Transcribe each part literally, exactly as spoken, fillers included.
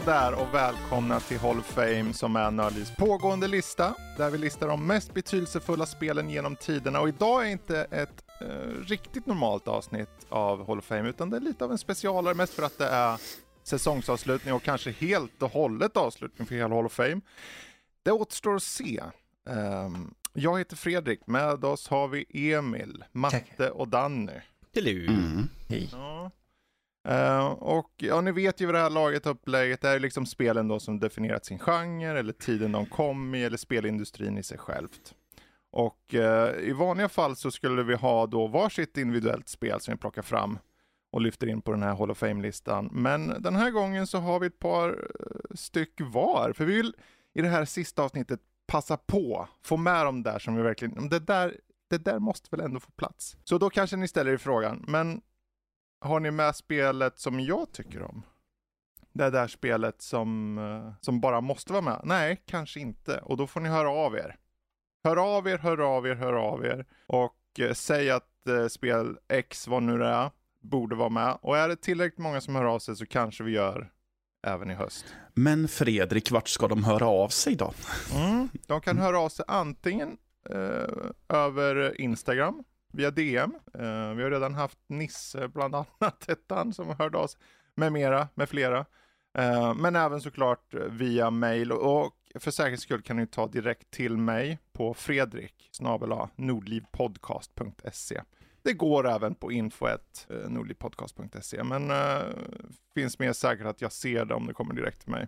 Hallå där och välkomna till Hall of Fame som är Nördlivs pågående lista där vi listar de mest betydelsefulla spelen genom tiderna. Och idag är inte ett eh, riktigt normalt avsnitt av Hall of Fame utan det är lite av en specialare, mest för att det är säsongsavslutning och kanske helt och hållet avslutning för hela Hall of Fame. Det återstår att se. Um, jag heter Fredrik, med oss har vi Emil, Matte Tack. Och Danny. Mm. Hej. Ja. Uh, och ja, ni vet ju vad det här laget upplägget det är liksom spelen då som definierat sin genre eller tiden de kom i eller spelindustrin i sig självt. Och uh, i vanliga fall så skulle vi ha då varsitt individuellt spel som vi plockar fram och lyfter in på den här Hall of Fame-listan. Men den här gången så har vi ett par uh, styck var, för vi vill i det här sista avsnittet passa på, få med dem där som vi verkligen, det där, det där måste väl ändå få plats. Så då kanske ni ställer er frågan, men har ni med spelet som jag tycker om? Det där spelet som, som bara måste vara med? Nej, kanske inte. Och då får ni höra av er. Hör av er, hör av er, hör av er. Och eh, säg att eh, spel X, vad nu det är, borde vara med. Och är det tillräckligt många som hör av sig så kanske vi gör även i höst. Men Fredrik, vart ska de höra av sig då? Mm, de kan höra av sig antingen eh, över Instagram. Via D M. Uh, vi har redan haft Nisse bland annat ettan som har hört oss med mera, med flera. Uh, men även såklart via mail. Och för säkerhets skull kan ni ta direkt till mig på fredrik snabel-a nordlivpodcast punkt se. Det går även på info at nordlivpodcast punkt se. Men uh, finns mer säkert att jag ser det om det kommer direkt till mig.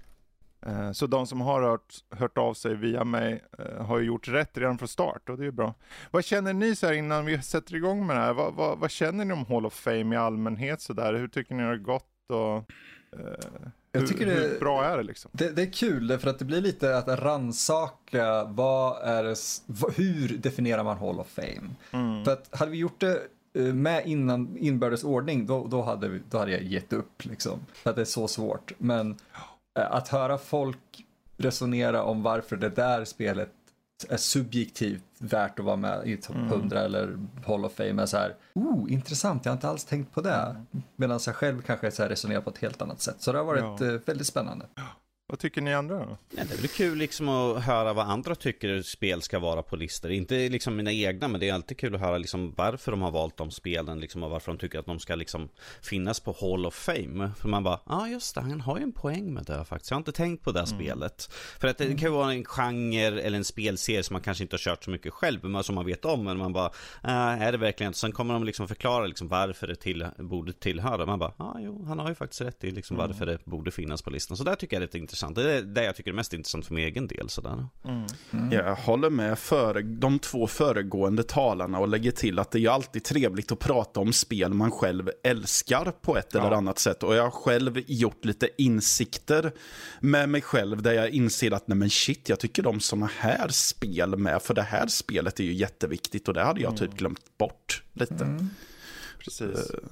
Uh, så de som har hört, hört av sig via mig uh, har ju gjort rätt redan från start och det är bra. Vad känner ni så här innan vi sätter igång med det här? Vad, vad, vad känner ni om Hall of Fame i allmänhet så där? Hur tycker ni det har gått och uh, jag tycker hur, det, hur bra är det liksom? Det, det är kul för att det blir lite att rannsaka vad är det, hur definierar man Hall of Fame? Mm. För att hade vi gjort det med innan inbördes ordning då, då, hade vi, då hade jag gett upp liksom. För att det är så svårt. Men att höra folk resonera om varför det där spelet är subjektivt värt att vara med i topp hundra mm. eller Hall of Fame är så här, oh, intressant, jag har inte alls tänkt på det. Mm. Medan jag själv kanske så här resonerar på ett helt annat sätt. Så det har varit ja. väldigt spännande. Vad tycker ni andra då? Ja, det är väl kul liksom att höra vad andra tycker spel ska vara på listor. Inte liksom mina egna, men det är alltid kul att höra liksom varför de har valt de spelen liksom, och varför de tycker att de ska liksom finnas på Hall of Fame. För man bara, ja ah, just det, han har ju en poäng med det faktiskt. Jag har inte tänkt på det här mm. spelet. För att det kan ju vara en genre eller en spelserie som man kanske inte har kört så mycket själv, men som man vet om. Men man bara, äh, är det verkligen? Sen kommer de liksom förklara liksom varför det till, borde tillhöra. Man bara, ja ah, jo, han har ju faktiskt rätt i liksom mm. varför det borde finnas på listan. Så där tycker jag är lite intressant. Det är det jag tycker är mest intressant för min egen del. Sådär. Mm. Mm. Jag håller med före, de två föregående talarna och lägger till att det är alltid trevligt att prata om spel man själv älskar på ett ja. eller annat sätt. Och jag har själv gjort lite insikter med mig själv där jag inser att nej men shit, jag tycker de såna här spel med, för det här spelet är ju jätteviktigt och det hade jag mm. typ glömt bort lite. Mm. Precis. Uh.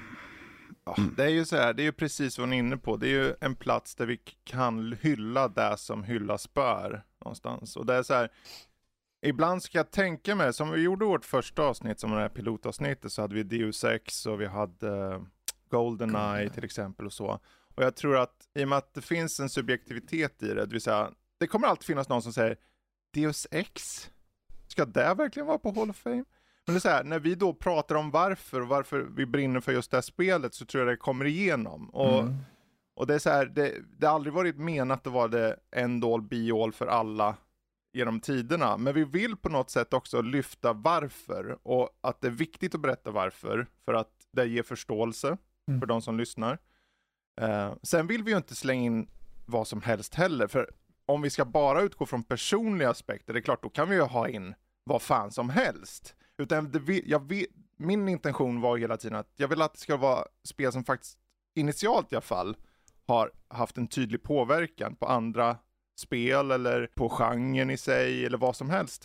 Ja, det är ju så här, det är ju precis vad ni är inne på. Det är ju en plats där vi kan hylla det som hyllas bör någonstans. Och det är så här, ibland ska jag tänka mig, som vi gjorde vårt första avsnitt, som det här pilotavsnittet, så hade vi Deus Ex och vi hade GoldenEye till exempel och så. Och jag tror att i och med att det finns en subjektivitet i det, det vill säga, det kommer alltid finnas någon som säger Deus Ex, ska det verkligen vara på Hall of Fame? Men det är så här, när vi då pratar om varför och varför vi brinner för just det här spelet, så tror jag det kommer igenom. Och, mm. och det är så här, det, det har aldrig varit menat att vara det end all be all för alla genom tiderna. Men vi vill på något sätt också lyfta varför, och att det är viktigt att berätta varför, för att det ger förståelse mm. för de som lyssnar. Uh, sen vill vi ju inte slänga in vad som helst heller, för om vi ska bara utgå från personliga aspekter, det är klart, då kan vi ju ha in vad fan som helst. Utan det, jag vet, min intention var hela tiden att jag vill att det ska vara spel som faktiskt initialt i alla fall har haft en tydlig påverkan på andra spel eller på genren i sig eller vad som helst.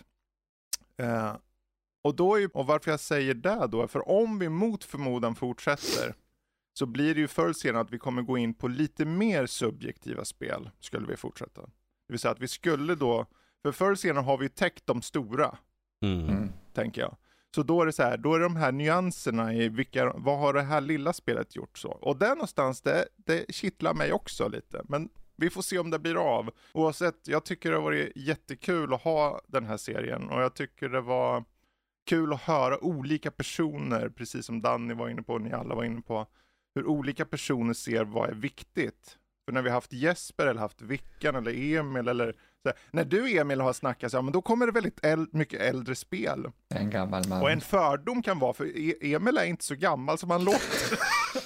Uh, och, då är, och varför jag säger det då är för om vi mot förmodan fortsätter så blir det ju förr senare att vi kommer gå in på lite mer subjektiva spel skulle vi fortsätta. Det vill säga att vi skulle då, för förr senare har vi täckt de stora, mm. tänker jag. Så då är det så här, då är de här nyanserna i vilka, vad har det här lilla spelet gjort så. Och där någonstans, det, det kittlar mig också lite. Men vi får se om det blir av. Oavsett, jag tycker det har varit jättekul att ha den här serien. Och jag tycker det var kul att höra olika personer, precis som Danny var inne på och ni alla var inne på. Hur olika personer ser vad är viktigt. För när vi har haft Jesper eller haft Vickan eller Emil eller så här, när du Emil har snackat så, ja, men då kommer det väldigt äl- mycket äldre spel. En gammal man. Och en fördom kan vara, för e- Emil är inte så gammal som han låter.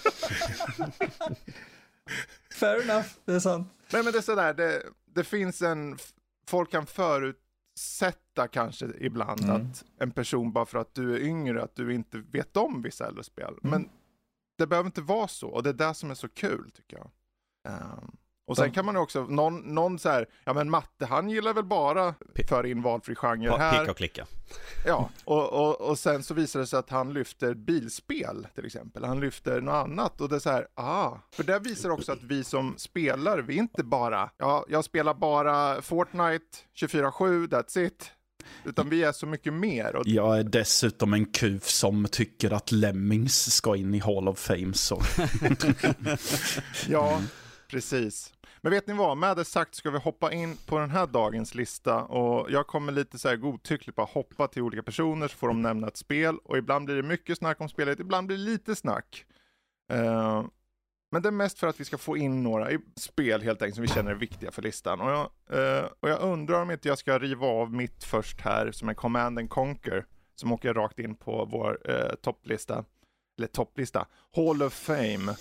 Fair enough, det är sant. Nej, men det är sådär, det, det finns en, folk kan förutsätta kanske ibland mm. att en person bara för att du är yngre, att du inte vet om vissa äldre spel. Mm. Men det behöver inte vara så, och det är det som är så kul tycker jag. Um, och sen kan man också, någon, någon så här, ja men Matte han gillar väl bara för in valfri genre här. Picka och klicka. Ja, och, och, och sen så visar det sig att han lyfter bilspel till exempel. Han lyfter något annat och det är så här, ah. För det visar också att vi som spelar, vi inte bara, ja jag spelar bara Fortnite tjugofyra sju, that's it. Utan vi är så mycket mer. Och... Jag är dessutom en kuf som tycker att Lemmings ska in i Hall of Fame. Så. Ja, precis. Men vet ni vad, med det sagt ska vi hoppa in på den här dagens lista. Och jag kommer lite så här godtyckligt bara hoppa till olika personer så får de nämna ett spel. Och ibland blir det mycket snack om spelet, ibland blir det lite snack. Uh... Men det är mest för att vi ska få in några i spel helt enkelt som vi känner är viktiga för listan. Och jag, eh, och jag undrar om inte jag ska riva av mitt först här som är Command and Conquer. Som åker rakt in på vår eh, topplista. Eller topplista. Hall of Fame.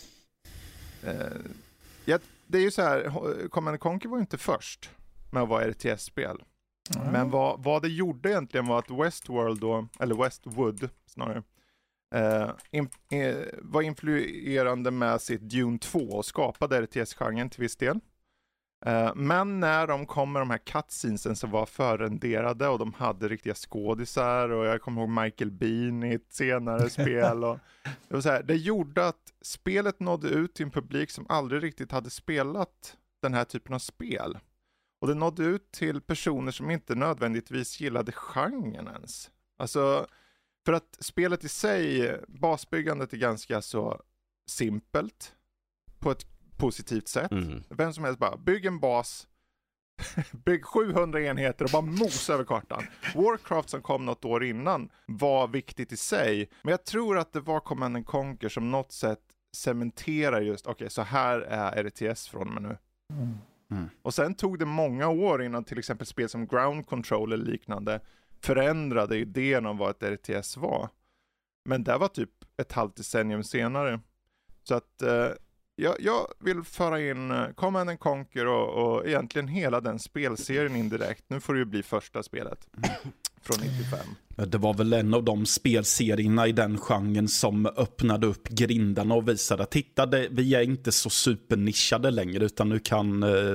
Eh, ja, det är ju så här, Command and Conquer var ju inte först med att vara R T S-spel. Mm. Men vad, vad det gjorde egentligen var att Westworld då, eller Westwood snarare. Uh, in, uh, var influerande med sitt Dune två och skapade R T S-genren till viss del. Uh, men när de kom med de här cutscenesen som var förrenderade och de hade riktiga skådisar och jag kommer ihåg Michael Bean i ett senare spel. Och, det, var så här, det gjorde att spelet nådde ut till en publik som aldrig riktigt hade spelat den här typen av spel. Och det nådde ut till personer som inte nödvändigtvis gillade genren ens. Alltså... För att spelet i sig, basbyggandet är ganska så simpelt på ett positivt sätt. Mm. Vem som helst bara, bygg en bas, bygg sjuhundra enheter och bara mos över kartan. Warcraft som kom något år innan var viktigt i sig. Men jag tror att det var Command and Conquer som något sätt cementerar just, okej okay, så här är R T S från mig nu. Mm. Mm. Och sen tog det många år innan till exempel spel som Ground Control eller liknande förändrade idén om vad ett R T S var. Men det var typ ett halvt decennium senare. Så att eh, jag, jag vill föra in uh, Command and Conquer och, och egentligen hela den spelserien indirekt. Nu får det ju bli första spelet från nittiofem. Det var väl en av de spelserierna i den genren som öppnade upp grindarna och visade att titta, det, vi är inte så supernischade längre utan nu kan... Eh,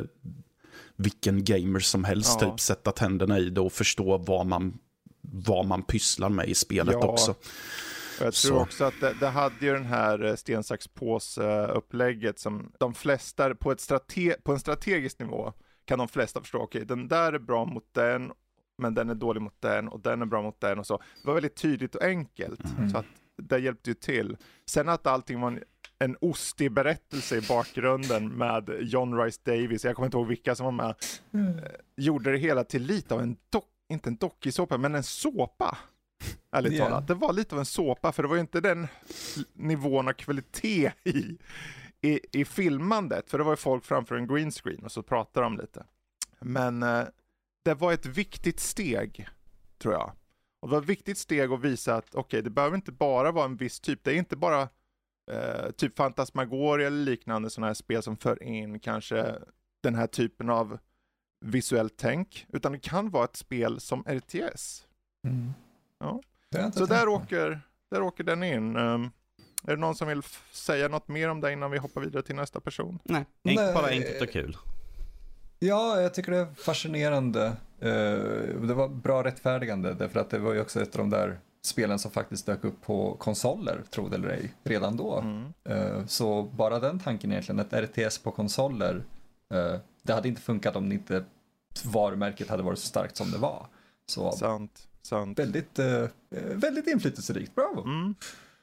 vilken gamer som helst ja. typ sätta tänderna i det och förstå vad man, vad man pysslar med i spelet ja. också. Jag tror så. också att det, det hade ju den här sten, sax, påse upplägget som de flesta på, ett strate, på en strategisk nivå kan de flesta förstå, okej okay, den där är bra mot den men den är dålig mot den och den är bra mot den och så. Det var väldigt tydligt och enkelt mm. så att det hjälpte ju till. Sen att allting var en en ostig berättelse i bakgrunden med John Rhys Davies, jag kommer inte ihåg vilka som var med, mm. eh, gjorde det hela till lite av en dock, inte en dockisåpa, men en såpa. Ärligt yeah. talat. Det var lite av en såpa, för det var ju inte den nivån av kvalitet i, i, i filmandet, för det var ju folk framför en green screen och så pratade de lite. Men eh, det var ett viktigt steg, tror jag. Och det var ett viktigt steg att visa att okej, okay, det behöver inte bara vara en viss typ, det är inte bara Uh, typ Fantasmagoria eller liknande sådana här spel som för in kanske den här typen av visuellt tänk, utan det kan vara ett spel som R T S. Mm. Ja. Så där åker, där åker den in. Um, är det någon som vill f- säga något mer om det innan vi hoppar vidare till nästa person? Nej, Enk- Nej. bara enkelt och kul. Ja, jag tycker det är fascinerande. Uh, det var bra rättfärdigande därför att det var ju också ett av de där spelen som faktiskt dök upp på konsoler, tro det eller ej, redan då. Mm. Uh, så bara den tanken egentligen, ett R T S på konsoler, uh, det hade inte funkat om inte varumärket hade varit så starkt som det var. Så sant, Sant. Väldigt, eh, väldigt inflytelserikt. Bravo. Mm.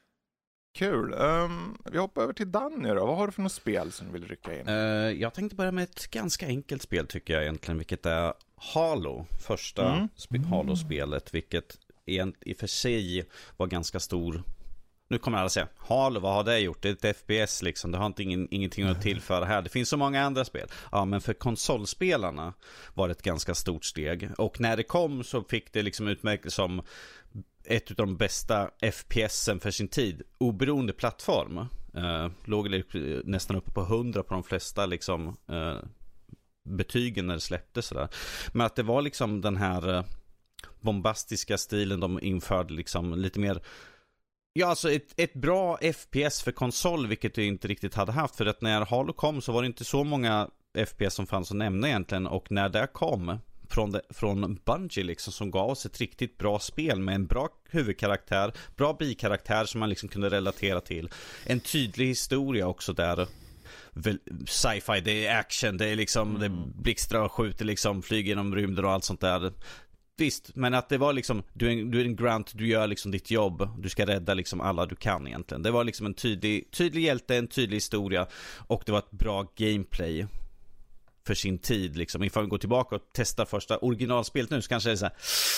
Kul. Um, vi hoppar över till Danny då. Vad har du för något spel som du vill rycka in? Uh, jag tänkte börja med ett ganska enkelt spel tycker jag egentligen, vilket är Halo. Första mm. sp- Halo-spelet, vilket i och för sig var ganska stor. Nu kommer alla säga, Halo, vad har det gjort? Det är ett F P S liksom, det har inte ingen, ingenting att tillföra här. Det finns så många andra spel. Ja, men för konsolspelarna var det ett ganska stort steg. Och när det kom så fick det liksom utmärkt som ett av de bästa F P S'en för sin tid. Oberoende plattform. Uh, låg nästan uppe på hundra på de flesta liksom uh, betygen när det släpptes sådär. Men att det var liksom den här uh, bombastiska stilen de införde liksom lite mer. Ja, alltså ett, ett bra F P S för konsol, vilket du inte riktigt hade haft. För att när Halo kom så var det inte så många F P S som fanns att nämna egentligen. Och när det kom från, det, från Bungie liksom, som gav oss ett riktigt bra spel med en bra huvudkaraktär, bra bikaraktär som man liksom kunde relatera till. En tydlig historia också där. Sci-fi, det är action, det är liksom mm. det blixtrar och skjuter liksom, flyger genom rymden och allt sånt där. Visst, men att det var liksom du är, en, du är en grunt, du gör liksom ditt jobb, du ska rädda liksom alla du kan egentligen. Det var liksom en tydlig, tydlig hjälte, en tydlig historia, och det var ett bra gameplay för sin tid liksom. Ifall vi går tillbaka och testar första originalspelet nu så kanske det är så här,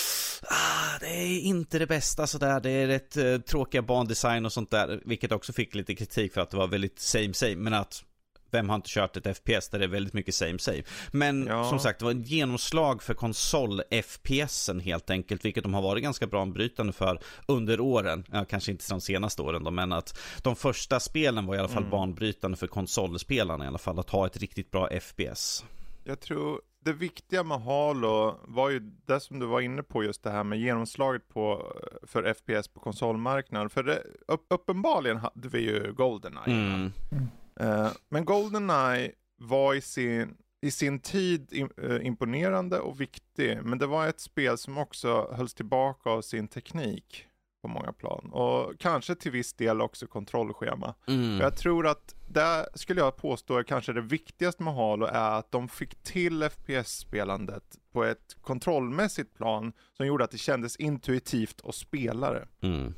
ah, det är inte det bästa sådär, det är rätt uh, tråkiga bandesign och sånt där, vilket också fick lite kritik för att det var väldigt same same, men att vem har inte kört ett F P S där det är väldigt mycket same same. Men ja. Som sagt, det var en genomslag för konsol-F P S'en helt enkelt, vilket de har varit ganska bra brytande för under åren. Ja, kanske inte de senaste åren då, men att de första spelen var i alla fall mm. banbrytande för konsolspelarna i alla fall, att ha ett riktigt bra F P S. Jag tror det viktiga med Halo var ju det som du var inne på, just det här med genomslaget på, för F P S på konsolmarknaden. För det, upp, uppenbarligen hade vi ju GoldenEye. Mm. Mm. Uh, men GoldenEye var i sin, i sin tid in, uh, imponerande och viktig, men det var ett spel som också hölls tillbaka av sin teknik på många plan, och kanske till viss del också kontrollschema. Mm. Jag tror att det skulle jag påstå är kanske det viktigaste med Halo, är att de fick till F P S-spelandet på ett kontrollmässigt plan som gjorde att det kändes intuitivt att spela det. Mm.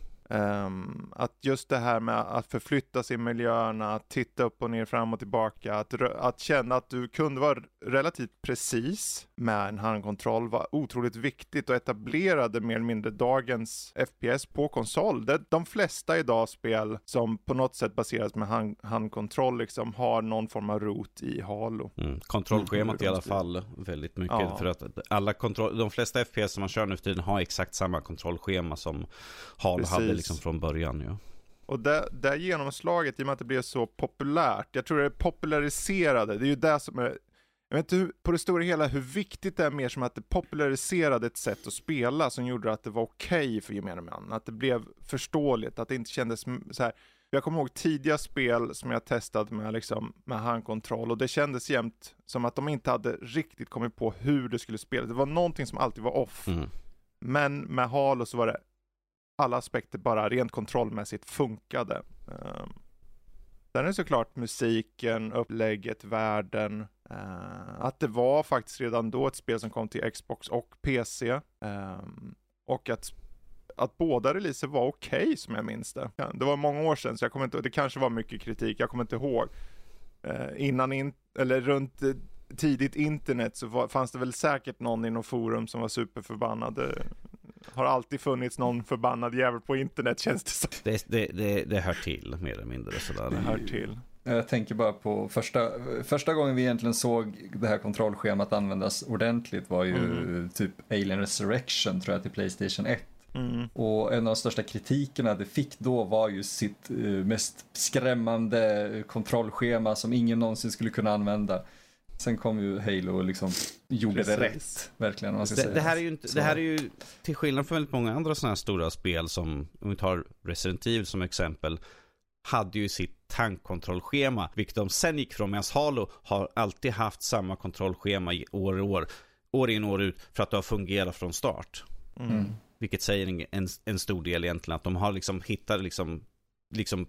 Um, att just det här med att förflytta sig i miljöerna, att titta upp och ner, fram och tillbaka, att, att känna att du kunde vara relativt precis med en handkontroll var otroligt viktigt, och etablerade mer eller mindre dagens F P S på konsol. Det, de flesta idag spel som på något sätt baseras med hand, handkontroll liksom har någon form av rot i Halo. Mm. Kontrollschemat i alla fall väldigt mycket, ja. För att alla kontroll, de flesta F P S som man kör nu för tiden har exakt samma kontrollschema som Halo Precis. hade liksom från början, ja. Och det, det genomslaget, i och med att det blev så populärt, jag tror det är populariserade, det är ju det som är, jag vet inte hur, på det stora hela hur viktigt det är, mer som att det populariserade ett sätt att spela som gjorde att det var okej okay för gemene man, att det blev förståeligt, att det inte kändes så här. Jag kommer ihåg tidiga spel som jag testade med, liksom, med handkontroll, och det kändes jämt som att de inte hade riktigt kommit på hur det skulle spela. Det var någonting som alltid var off. Mm. Men med Halo så var det alla aspekter bara rent kontrollmässigt funkade. Um, sen är det såklart musiken, upplägget, världen. Uh, att det var faktiskt redan då ett spel som kom till Xbox och P C. Um, och att, att båda releaser var okej okay, som jag minns det. Det var många år sedan, så jag kommer inte, det kanske var mycket kritik, jag kommer inte ihåg. Uh, innan in, eller runt uh, tidigt internet så var, fanns det väl säkert någon i någon forum som var superförbannade. Har alltid funnits någon förbannad jävel på internet, känns det som. Det, det, det, det hör till, mer eller mindre sådär. Det hör till. Jag tänker bara på första, första gången vi egentligen såg det här kontrollschemat användas ordentligt var ju mm. typ Alien Resurrection, tror jag, till PlayStation ett. Mm. Och en av de största kritikerna det fick då var ju sitt uh, mest skrämmande kontrollschema som ingen någonsin skulle kunna använda. Sen kom ju Halo och liksom gjorde Precis. det rätt, verkligen, om man ska det, säga. Det här är ju inte, det här är ju till skillnad från väldigt många andra sådana här stora spel, som om vi tar Resident Evil som exempel, hade ju sitt tankkontrollschema, vilket de sen gick från, medan Halo har alltid haft samma kontrollschema i år och år, år in år ut, för att det har fungerat från start. Mm. Vilket säger en, en, en stor del egentligen, att de har liksom hittat liksom, liksom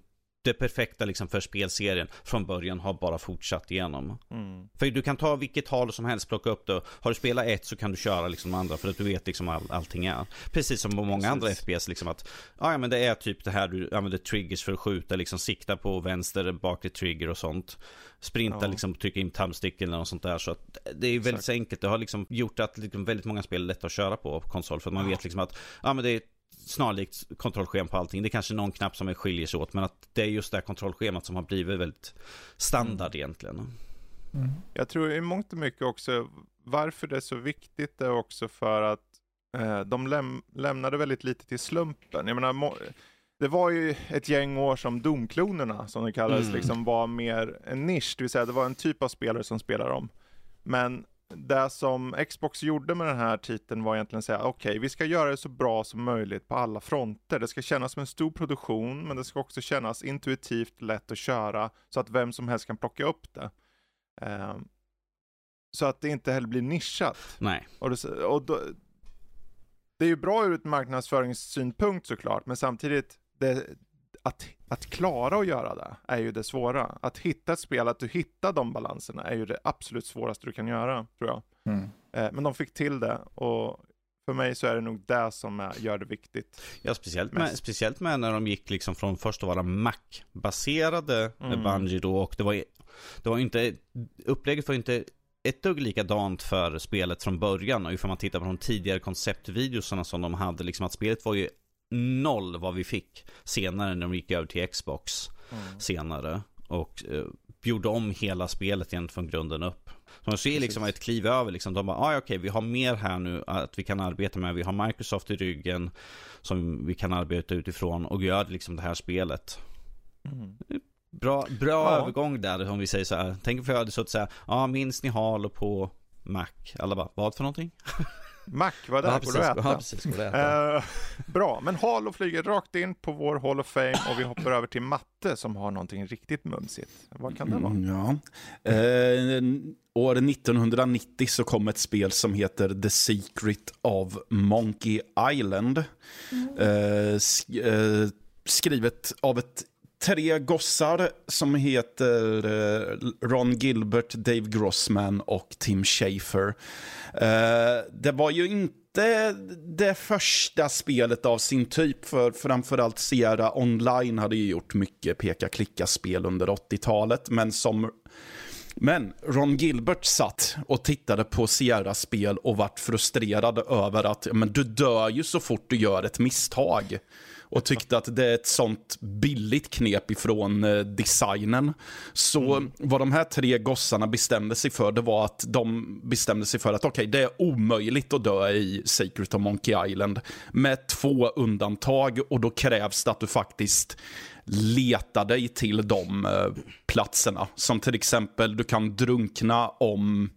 det perfekta liksom för spelserien från början har bara fortsatt igenom. Mm. För du kan ta vilket Halo som helst, plocka upp det. Har du spelat ett så kan du köra liksom andra för att du vet liksom all, allting är. Precis som på många Precis. andra F P S liksom att ah, ja men det är typ det här du använder triggers för att skjuta, liksom sikta på vänster bakre trigger och sånt. Sprinta ja. liksom, trycka in thumbsticken eller något sånt där, så att det är väldigt enkelt. Det har liksom gjort att liksom väldigt många spel är lätt att köra på konsol för att man ja. vet liksom att ja men det är snarlikt kontrollschema på allting. Det är kanske någon knapp som är skiljer sig åt, men att det är just det här kontrollschemat som har blivit väldigt standard mm. egentligen. Mm. Jag tror i mångt och mycket också varför det är så viktigt är också för att eh, de läm- lämnade väldigt lite till slumpen. Jag menar, må- det var ju ett gäng år som Doom-klonerna, som det kallades, mm. liksom var mer en nisch, det vill säga det var en typ av spelare som spelar dem. Men det som Xbox gjorde med den här titeln var egentligen att säga okej, okay, vi ska göra det så bra som möjligt på alla fronter. Det ska kännas som en stor produktion, men det ska också kännas intuitivt lätt att köra så att vem som helst kan plocka upp det. Um, så att det inte heller blir nischat. Nej. Och, det, och då, det är ju bra ur ett marknadsföringssynpunkt såklart, men samtidigt det, att, att klara att göra det är ju det svåra. Att hitta ett spel, att du hittar de balanserna är ju det absolut svåraste du kan göra, tror jag. Mm. Eh, men de fick till det, och för mig så är det nog det som är, gör det viktigt. Ja, speciellt med, speciellt med när de gick liksom från först att vara Mac-baserade mm. Bungie då, och det var, det var inte, upplägget var inte ett dugg likadant för spelet från början, och ifall man tittar på de tidigare konceptvideosarna som de hade, liksom att spelet var ju noll vad vi fick senare när de gick över till Xbox mm. senare och eh, gjorde om hela spelet igen från grunden upp. Så man ser liksom ett kliv över liksom, de bara, ah, okej, okay, vi har mer här nu att vi kan arbeta med, vi har Microsoft i ryggen som vi kan arbeta utifrån och gör liksom det här spelet. Mm. Bra, bra ja. övergång där, om vi säger så här. Tänk för jag hade så att säga, ja, ah, minns ni Halo på Mac? Alla bara, vad för någonting? Mac, vad där ja, får du äta. Ja, precis, får du äta. Uh, bra, men Halo flyger rakt in på vår Hall of Fame och vi hoppar över till Matte som har någonting riktigt mumsigt. Vad kan det vara? Mm, ja. uh, år nittonhundranittio så kom ett spel som heter The Secret of Monkey Island. Mm. Uh, sk- uh, skrivet av ett tre gossar som heter uh, Ron Gilbert, Dave Grossman och Tim Schafer. Uh, det var ju inte det första spelet av sin typ, för framförallt Sierra Online hade ju gjort mycket peka-klicka-spel under åttiotalet, men som men Ron Gilbert satt och tittade på Sierras spel och vart frustrerad över att men du dör ju så fort du gör ett misstag. Och tyckte att det är ett sånt billigt knep ifrån eh, designen. Så mm. vad de här tre gossarna bestämde sig för, det var att de bestämde sig för att okej, okay, det är omöjligt att dö i Secret of Monkey Island. Med två undantag, och då krävs det att du faktiskt letar dig till de eh, platserna. Som till exempel, du kan drunkna om...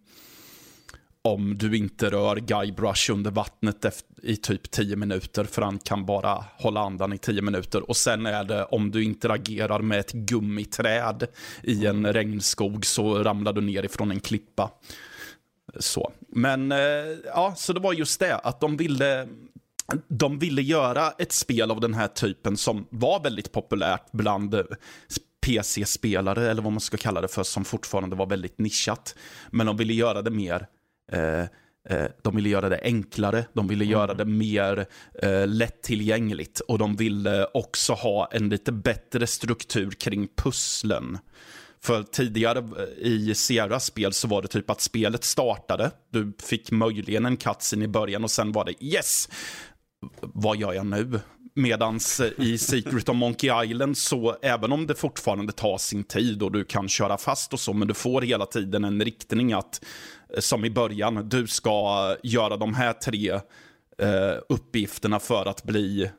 om du inte rör Guybrush under vattnet efter, i typ tio minuter, för han kan bara hålla andan i tio minuter. Och sen är det om du interagerar med ett gummiträd i en regnskog, så ramlar du ner ifrån en klippa. Så. Men ja, så det var just det att de ville de ville göra ett spel av den här typen som var väldigt populärt bland P C-spelare, eller vad man ska kalla det för, som fortfarande var väldigt nischat. Men de ville göra det mer Eh, eh, de ville göra det enklare, de ville mm. göra det mer eh, lättillgängligt, och de ville också ha en lite bättre struktur kring pusslen. För tidigare i Sierras spel så var det typ att spelet startade, du fick möjligen en cutscene i början och sen var det yes, vad gör jag nu? Medans i Secret of Monkey Island, så även om det fortfarande tar sin tid och du kan köra fast och så, men du får hela tiden en riktning att, som i början, du ska göra de här tre eh, uppgifterna för att bli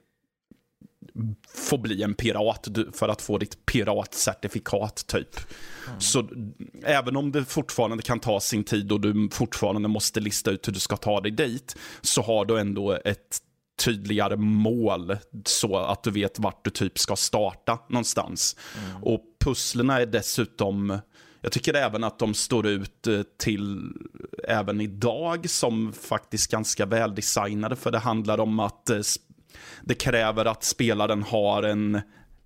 få bli en pirat, för att få ditt piratcertifikat typ. Mm. Så även om det fortfarande kan ta sin tid och du fortfarande måste lista ut hur du ska ta dig dit, så har du ändå ett tydligare mål, så att du vet vart du typ ska starta någonstans. Mm. Och pusslerna är dessutom, jag tycker även att de står ut till även idag som faktiskt ganska väldesignade, för det handlar om att det kräver att spelaren har en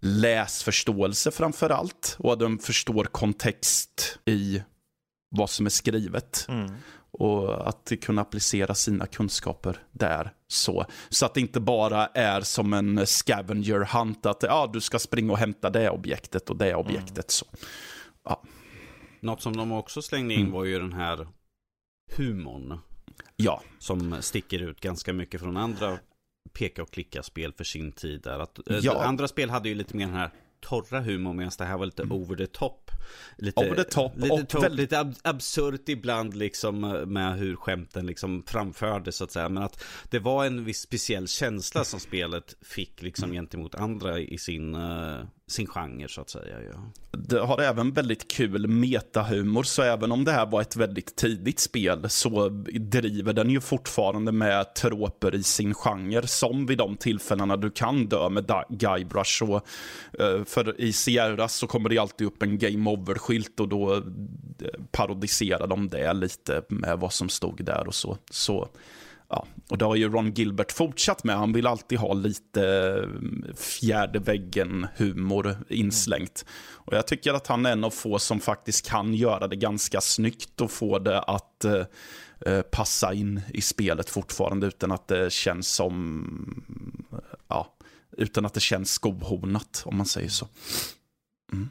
läsförståelse framför allt. Och att de förstår kontext i vad som är skrivet. Mm. Och att kunna applicera sina kunskaper där. Så, så att det inte bara är som en scavenger hunt. Att ja, du ska springa och hämta det objektet och det objektet. Mm. Så. Ja. Något som de också slängde in mm. var ju den här humorn. Ja. Som sticker ut ganska mycket från andra peka- och klicka-spel för sin tid. Där. Att, ja. Andra spel hade ju lite mer den här torra humor, medan det här var lite mm. over the top. Lite, over the top lite, och top, väldigt... lite ab- absurt ibland liksom, med hur skämten liksom framfördes så att säga. Men att det var en viss speciell känsla som spelet fick liksom mm. gentemot andra i sin, uh, sin genre så att säga. Ja. Det har även väldigt kul metahumor, så även om det här var ett väldigt tidigt spel så driver den ju fortfarande med troper i sin genre, som vid de tillfällena du kan dö med Guybrush. Och, uh, för i Sierra så kommer det alltid upp en game over-skylt och då parodiserar de det lite med vad som stod där och så. Så ja, och det har ju Ron Gilbert fortsatt med. Han vill alltid ha lite fjärde väggen humor inslängt. Och jag tycker att han är en av få som faktiskt kan göra det ganska snyggt och få det att eh, passa in i spelet fortfarande utan att det känns som ja, utan att det känns skohornat, om man säger så. Mm.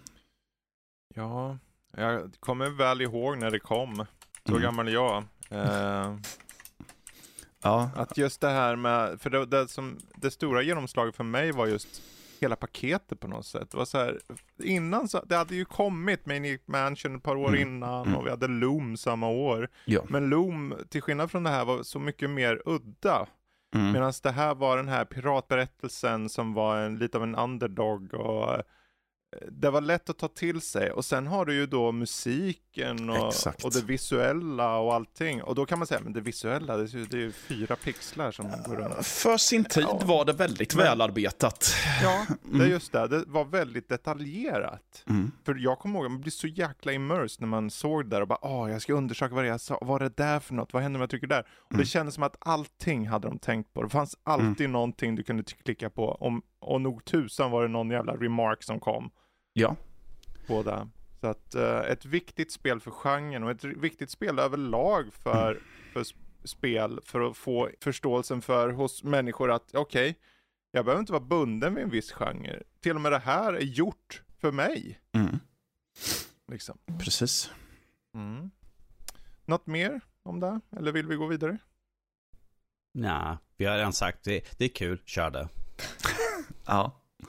Ja, jag kommer väl ihåg när det kom. Så Mm. gammal är jag. Eh, ja. Att just det här med, för det, det, som, det stora genomslaget för mig var just hela paketet på något sätt. Det var så här, innan så, det hade ju kommit Maniac Mansion ett par år mm. innan mm. och vi hade Loom samma år. Ja. Men Loom, till skillnad från det här, var så mycket mer udda. Mm. Medan det här var den här piratberättelsen som var en, lite av en underdog och det var lätt att ta till sig. Och sen har du ju då musiken och, och det visuella och allting. Och då kan man säga, men det visuella, det är ju, det är ju fyra pixlar som går runt. För sin tid ja. var det väldigt men, välarbetat. Ja, det är just det. Det var väldigt detaljerat. Mm. För jag kommer ihåg att man blir så jäkla immersed när man såg där och bara, åh, jag ska undersöka vad det är jag sa. Vad är det där för något? Vad händer om jag trycker där? Och mm. det kändes som att allting hade de tänkt på. Det fanns alltid mm. någonting du kunde klicka på. Om, och nog tusan var det någon jävla remark som kom. Ja. Båda. Så att uh, ett viktigt spel för genren och ett viktigt spel överlag för, mm. för spel för att få förståelsen för hos människor att okej, okay, jag behöver inte vara bunden vid en viss genre. Till och med det här är gjort för mig. Mm. Liksom. Precis. Mm. Något mer om det? Eller vill vi gå vidare? Nej, vi har redan sagt det, det är kul, kör det. Ja.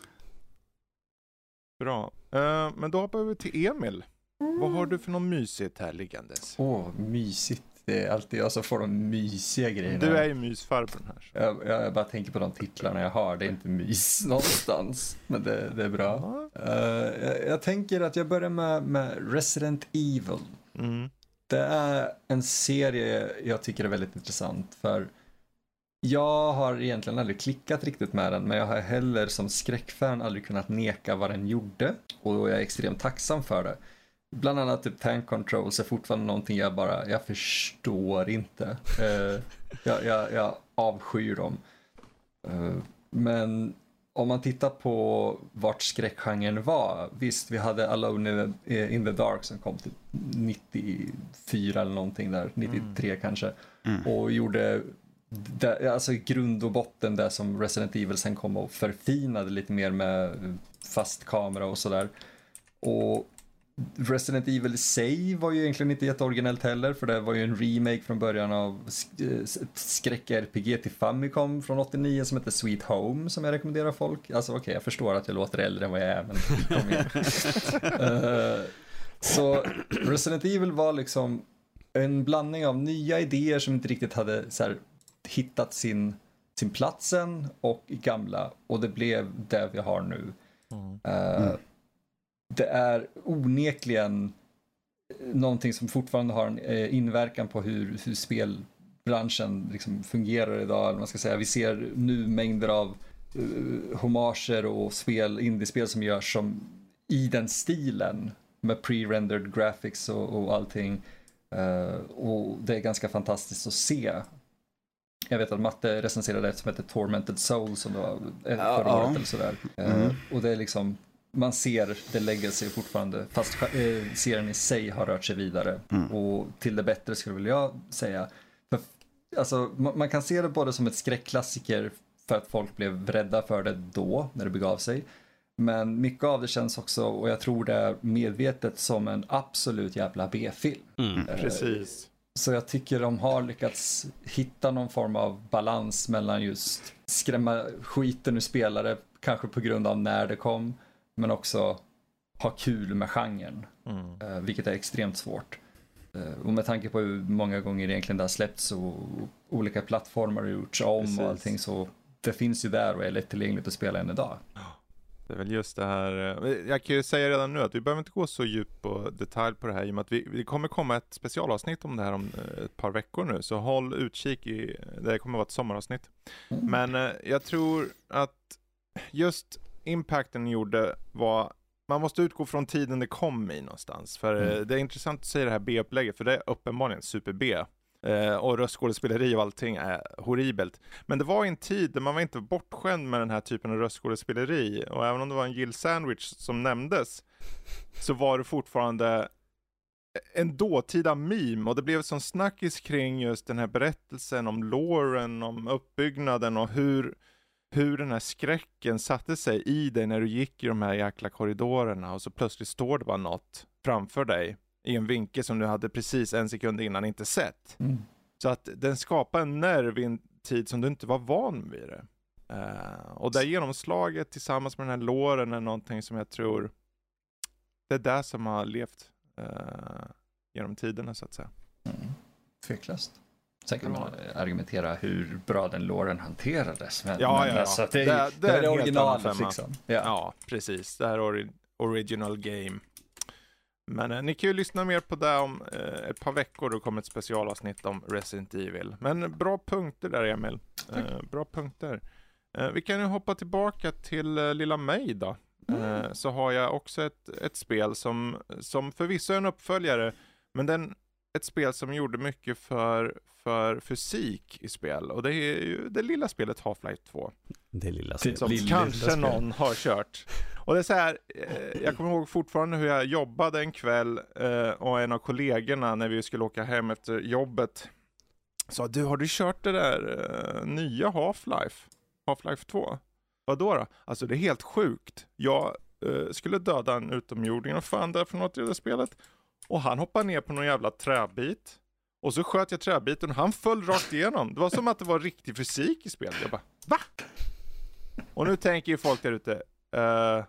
Bra. Uh, men då hoppar vi till Emil. Mm. Vad har du för något mysigt här liggandes? Åh, oh, mysigt. Det är alltid jag som får de mysiga grejerna. Du är ju mysfarbrorn här. Jag, jag bara tänker på de titlarna jag har. Det är inte mys någonstans. Men det, det är bra. Ja. Uh, jag, jag tänker att jag börjar med, med Resident Evil. Mm. Det är en serie jag tycker är väldigt intressant. För jag har egentligen aldrig klickat riktigt med den, men jag har heller som skräckfan aldrig kunnat neka vad den gjorde. Och jag är extremt tacksam för det. Bland annat typ Tank Controls är fortfarande någonting jag bara, jag förstår inte. Uh, jag, jag, jag avskyr dem. Uh, men om man tittar på vart skräckgenren var, visst vi hade Alone in the Dark som kom till nittiofyra eller någonting där, nittiotre mm. kanske. Mm. Och gjorde det, alltså grund och botten där som Resident Evil sen kom och förfinade lite mer med fast kamera och sådär. Och Resident Evil i sig var ju egentligen inte jätteoriginellt heller, för det var ju en remake från början av ett skräck-R P G till Famicom från åttionio som heter Sweet Home, som jag rekommenderar folk. Alltså okej, okay, jag förstår att jag låter äldre än vad jag är, men kom igen. uh, så Resident Evil var liksom en blandning av nya idéer som inte riktigt hade så här hittat sin, sin platsen och gamla, och det blev det vi har nu. Mm. Uh, mm. Det är onekligen någonting som fortfarande har en uh, inverkan på hur, hur spelbranschen liksom fungerar idag. Eller man ska säga. Vi ser nu mängder av uh, homager och spel, indiespel som görs som i den stilen med pre-rendered graphics och, och allting. Uh, och det är ganska fantastiskt att se. jag vet att Matte recenserade ett som heter Tormented Souls som det var förra Ja. året eller sådär. Mm. Eh, och det är liksom, man ser The Legacy fortfarande, fast eh, serien i sig har rört sig vidare. Mm. Och till det bättre skulle väl jag säga. För, alltså, man, man kan se det både som ett skräckklassiker för att folk blev rädda för det då, när det begav sig. Men mycket av det känns också, och jag tror det är medvetet, som en absolut jävla B-film. Mm. Eh, Precis. Så jag tycker de har lyckats hitta någon form av balans mellan just skrämma skiten ur spelare, kanske på grund av när det kom, men också ha kul med genren, Mm. eh, vilket är extremt svårt. Eh, och med tanke på hur många gånger egentligen det har släppts och olika plattformar har gjorts om Precis. och allting, så det finns ju där och är lättillgängligt att spela än idag. Det är väl just det här, eh, jag kan ju säga redan nu att vi behöver inte gå så djupt på detalj på det här i och med att vi, vi kommer komma ett specialavsnitt om det här om eh, ett par veckor nu, så håll utkik i, det kommer vara ett sommaravsnitt. Mm. Men eh, jag tror att just impacten gjorde var, man måste utgå från tiden det kom i någonstans, för eh, Mm. det är intressant att säga det här B-upplägget, för det är uppenbarligen super-B. Eh, och röstskådespeleri och allting är horribelt. Men det var en tid där man var inte bortskämd med den här typen av röstskådespeleri. Och även om det var en Jill Sandwich som nämndes, så var det fortfarande en dåtida meme. Och det blev sån snackis kring just den här berättelsen om loren, om uppbyggnaden och hur, hur den här skräcken satte sig i dig när du gick i de här jäkla korridorerna. Och så plötsligt står det bara något framför dig i en vinkel som du hade precis en sekund innan inte sett. Mm. Så att den skapar en nerv i en tid som du inte var van vid det. Uh, och det genomslaget tillsammans med den här låren är någonting som jag tror det är det som har levt uh, genom tiderna så att säga. Mm. Tveklöst. Sen kan man argumentera hur bra den låren hanterades. Men, Ja, men ja, ja. alltså, det, Det- det, det det är är det en helt originalet annan femma. liksom. Ja, Ja. precis. Det här är ori- original game. Men eh, ni kan ju lyssna mer på det om eh, ett par veckor. Då kommer ett specialavsnitt om Resident Evil. Men bra punkter där, Emil. Eh, bra punkter. Eh, vi kan ju hoppa tillbaka till eh, lilla mig då. Eh, så har jag också ett, ett spel som, som förvisso är en uppföljare. Men den, ett spel som gjorde mycket för, för fysik i spel. Och det är ju det lilla spelet Half-Life två. Det lilla Typ. spelet. Som Lilla kanske spel. någon har kört. Och det är så här, eh, jag kommer ihåg fortfarande hur jag jobbade en kväll eh, och en av kollegorna när vi skulle åka hem efter jobbet sa, du har du kört det där eh, nya Half-Life? Half-Life två? Vadå då? Alltså det är helt sjukt. Jag eh, skulle döda en utomjording och fan där för något i det spelet. Och han hoppade ner på någon jävla träbit. Och så sköt jag träbiten och han föll rakt igenom. Det var som att det var riktig fysik i spelet. Jag bara, va? Och nu tänker ju folk där ute, uh,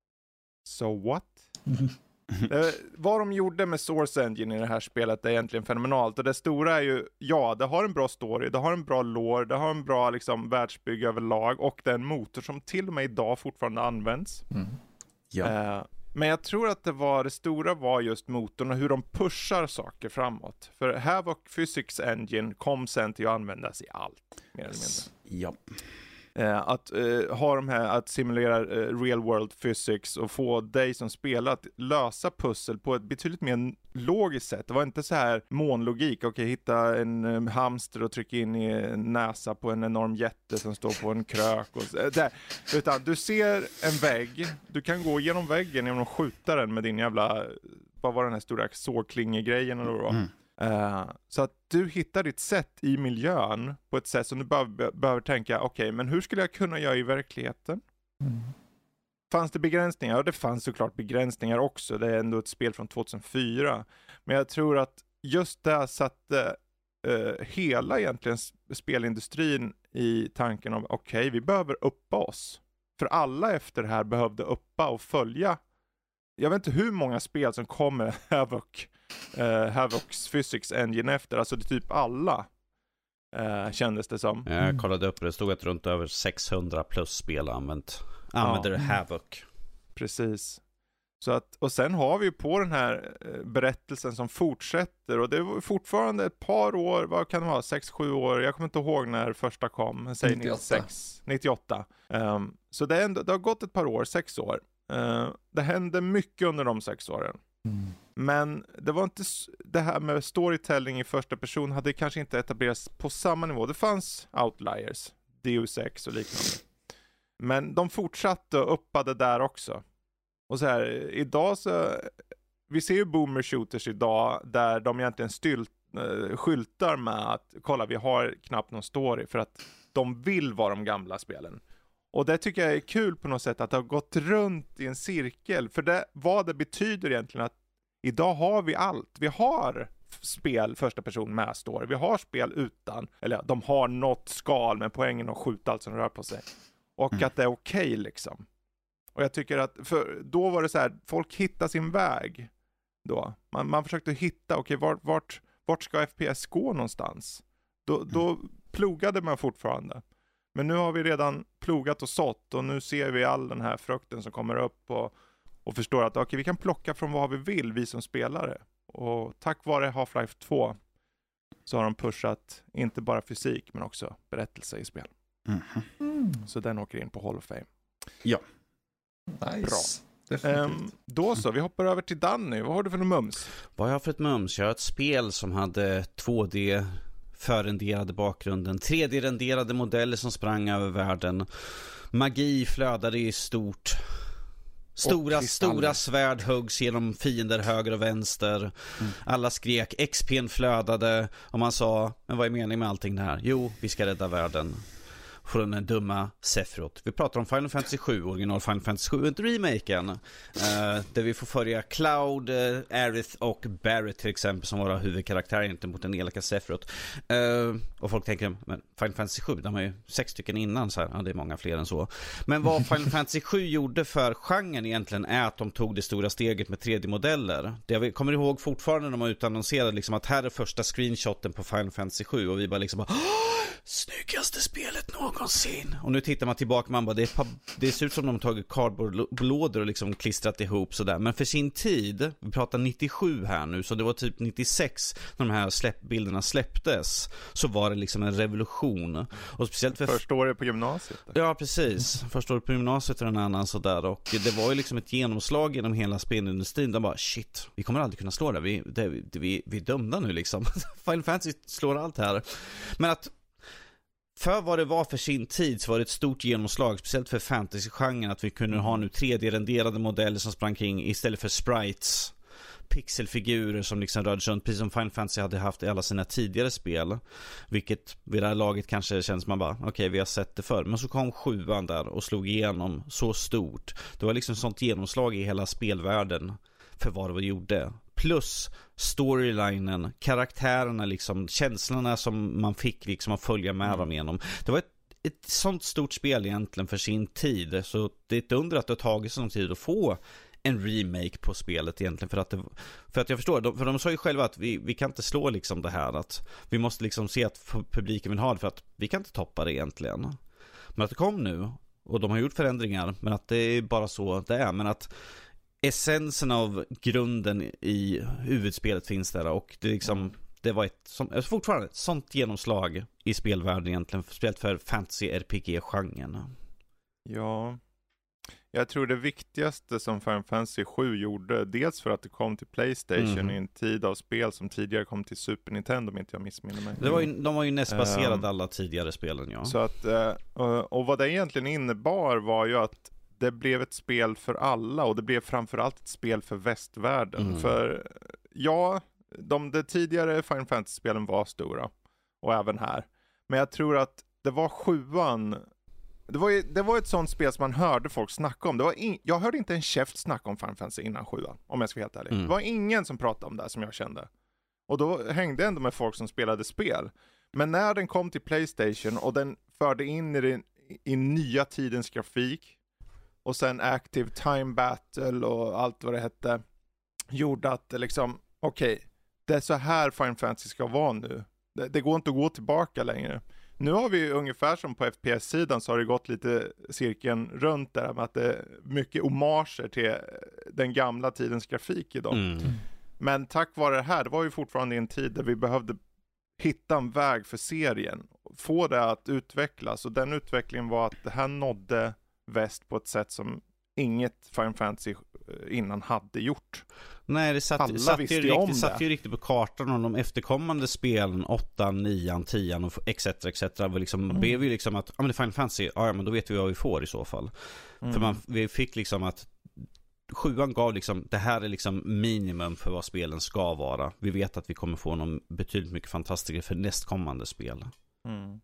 so what? uh, vad de gjorde med Source Engine i det här spelet är egentligen fenomenalt. Och det stora är ju, ja, det har en bra story, det har en bra lore, det har en bra liksom världsbygge överlag. Och det är en motor som till och med idag fortfarande används. Mm. Ja. Uh, men jag tror att det var det stora var just motorn och hur de pushar saker framåt. För Havoc Physics Engine kom sen till att användas i allt, mer eller mindre. Ja. Eh, att eh, ha de här, att simulera eh, real world physics och få dig som spelar att lösa pussel på ett betydligt mer logiskt sätt. Det var inte så här månlogik, okej, hitta en um, hamster och trycka in i en näsa på en enorm jätte som står på en krök och så, eh, där. Utan du ser en vägg, du kan gå genom väggen genom att skjuta den med din jävla, vad var den här stora sågklingegrejen eller vad det var. Mm. Uh, så att du hittar ditt sätt i miljön på ett sätt som du be- be- behöver tänka, okej, okay, men hur skulle jag kunna göra i verkligheten? Mm. Fanns det begränsningar? Ja, det fanns såklart begränsningar också. Det är ändå ett spel från tjugohundrafyra. Men jag tror att just det satte uh, hela egentligen spelindustrin i tanken om, okej, okay, vi behöver uppa oss. För alla efter det här behövde uppa och följa. Jag vet inte hur många spel som kommer Havoc Uh, Havocs Physics Engine efter, alltså det typ alla uh, kändes det som. Jag kollade upp, det stod att runt över sexhundra plus spel använt använder Ja. Havoc. Precis. Så att, och sen har vi ju på den här uh, berättelsen som fortsätter, och det var fortfarande ett par år, vad kan det vara, sex sju år, jag kommer inte ihåg när första kom, säg nittiosex, nittioåtta. Um, så det, är ändå, det har gått ett par år, sex år. Uh, det hände mycket under de sex åren. Mm. Men det var inte det här med storytelling i första person hade kanske inte etablerats på samma nivå. Det fanns outliers, Deus Ex och liknande. Men de fortsatte och uppade där också. Och så här, idag så vi ser ju boomer shooters idag där de egentligen stylt, äh, skyltar med att kolla, vi har knappt någon story för att de vill vara de gamla spelen. Och det tycker jag är kul på något sätt att det har gått runt i en cirkel. För det, vad det betyder egentligen att idag har vi allt. Vi har spel första person med story. Vi har spel utan, eller de har något skal med poängen och skjuta allt som rör på sig. Och mm. att det är okej okay, liksom. Och jag tycker att, för då var det så här, folk hittar sin väg då. Man, man försökte hitta, okej, okay, vart, vart, vart ska F P S gå någonstans? Då, då mm. plogade man fortfarande. Men nu har vi redan plogat och sått och nu ser vi all den här frukten som kommer upp och, och förstår att okay, vi kan plocka från vad vi vill, vi som spelare. Och tack vare Half-Life två så har de pushat inte bara fysik men också berättelse i spel. Mm. Mm. Så den åker in på Hall of Fame. Ja. Nice. Bra. Um, då så, vi hoppar över till Danny. Vad har du för mums? Vad har jag för ett mums? Jag har ett spel som hade två D förrenderade bakgrunden, tre D-renderade modeller som sprang över världen. Magi flödade i stort. Stora, stora svärd huggs genom fiender höger och vänster. Mm. Alla skrek, X P:n flödade och man sa, men vad är meningen med allting det här? Jo, vi ska rädda världen från den dumma Sephiroth. Vi pratar om Final Fantasy sju, original Final Fantasy sju, inte remaken. Uh, där vi får följa Cloud, uh, Aerith och Barret till exempel som våra huvudkaraktärer egentligen mot den elaka Sephiroth. Uh, och folk tänker, men Final Fantasy sju, de har ju sex stycken innan, så här. Ja, det är många fler än så. Men vad Final Fantasy sju gjorde för genren egentligen är att de tog det stora steget med tre D-modeller. Det jag kommer ihåg fortfarande när de har utannonserat liksom, att här är första screenshoten på Final Fantasy sju och vi bara liksom bara, snyggaste spelet någonsin. Och nu tittar man tillbaka, man bara, det, är, det ser ut som de har tagit cardboardlådor och liksom klistrat ihop sådär. Men för sin tid, vi pratar nittiosju här nu, så det var typ nittiosex när de här släppbilderna släpptes, så var det liksom en revolution. Och speciellt för första året på gymnasiet. Ja, precis. Första året på gymnasiet och en annan sådär. Och det var ju liksom ett genomslag genom hela spelindustrin. De bara, shit, vi kommer aldrig kunna slå det. Vi, det, vi, vi är dömda nu liksom. Final Fantasy slår allt här. Men att för vad det var för sin tid så var det ett stort genomslag, speciellt för fantasy-genren, att vi kunde ha nu tre D-renderade modeller som sprang kring istället för sprites, pixelfigurer som liksom rörde sig runt, precis som Final Fantasy hade haft i alla sina tidigare spel, vilket vid det här laget kanske känns man bara, okej, okay, vi har sett det förr. Men så kom sjuan där och slog igenom så stort. Det var liksom sånt genomslag i hela spelvärlden för vad det gjorde. Plus storylinen, karaktärerna liksom, känslorna som man fick liksom att följa med mm. dem igenom. Det var ett, ett sånt stort spel egentligen för sin tid. Så det är ett under att det har tagit sån tid att få en remake på spelet egentligen. För att, det, för att jag förstår, de, för de sa ju själva att vi, vi kan inte slå liksom det här. Att vi måste liksom se att publiken vill ha det, för att vi kan inte toppa det egentligen. Men att det kom nu, och de har gjort förändringar, men att det är bara så det är. Men att essensen av grunden i huvudspelet finns där, och det liksom, det var ett som, fortfarande ett sånt genomslag i spelvärlden egentligen, spelat för fantasy R P G-genren. Ja, jag tror det viktigaste som Final Fantasy sju gjorde, dels för att det kom till PlayStation mm. i en tid av spel som tidigare kom till Super Nintendo, om inte jag missminner mig. Det var ju, de var ju nästbaserade um, alla tidigare spelen, ja. Så att, och vad det egentligen innebar var ju att det blev ett spel för alla, och det blev framförallt ett spel för västvärlden. Mm. För ja, de, de tidigare Final Fantasy-spelen var stora, och även här. Men jag tror att det var sjuan, det var, ju, det var ett sånt spel som man hörde folk snacka om. Det var in, jag hörde inte en käft snacka om Final Fantasy innan sjuan, om jag ska vara helt ärlig. Mm. Det var ingen som pratade om det som jag kände. Och då hängde jag ändå med folk som spelade spel. Men när den kom till PlayStation och den förde in i, den, i nya tidens grafik, och sen Active Time Battle och allt vad det hette, gjorde att det liksom, okej, okay, det är så här Final Fantasy ska vara nu. Det, det går inte att gå tillbaka längre. Nu har vi ungefär som på F P S-sidan, så har det gått lite cirkeln runt där med att det är mycket homager till den gamla tidens grafik idag. Mm. Men tack vare det här, det var ju fortfarande en tid där vi behövde hitta en väg för serien, få det att utvecklas, och den utvecklingen var att det här nådde väst på ett sätt som inget Final Fantasy innan hade gjort. Nej, det satt, Alla satt, visste ju, ju om riktigt, det. satt ju riktigt på kartan, och de efterkommande spelen, åttan, nian, tian och et cetera et cetera var liksom, Mm. blev ju liksom att, ja men det är Final Fantasy, ja men då vet vi vad vi får i så fall. Mm. För man, vi fick liksom att sjuan gav liksom, det här är liksom minimum för vad spelen ska vara. Vi vet att vi kommer få någon betydligt mycket fantastiskt för nästkommande spel. Mm.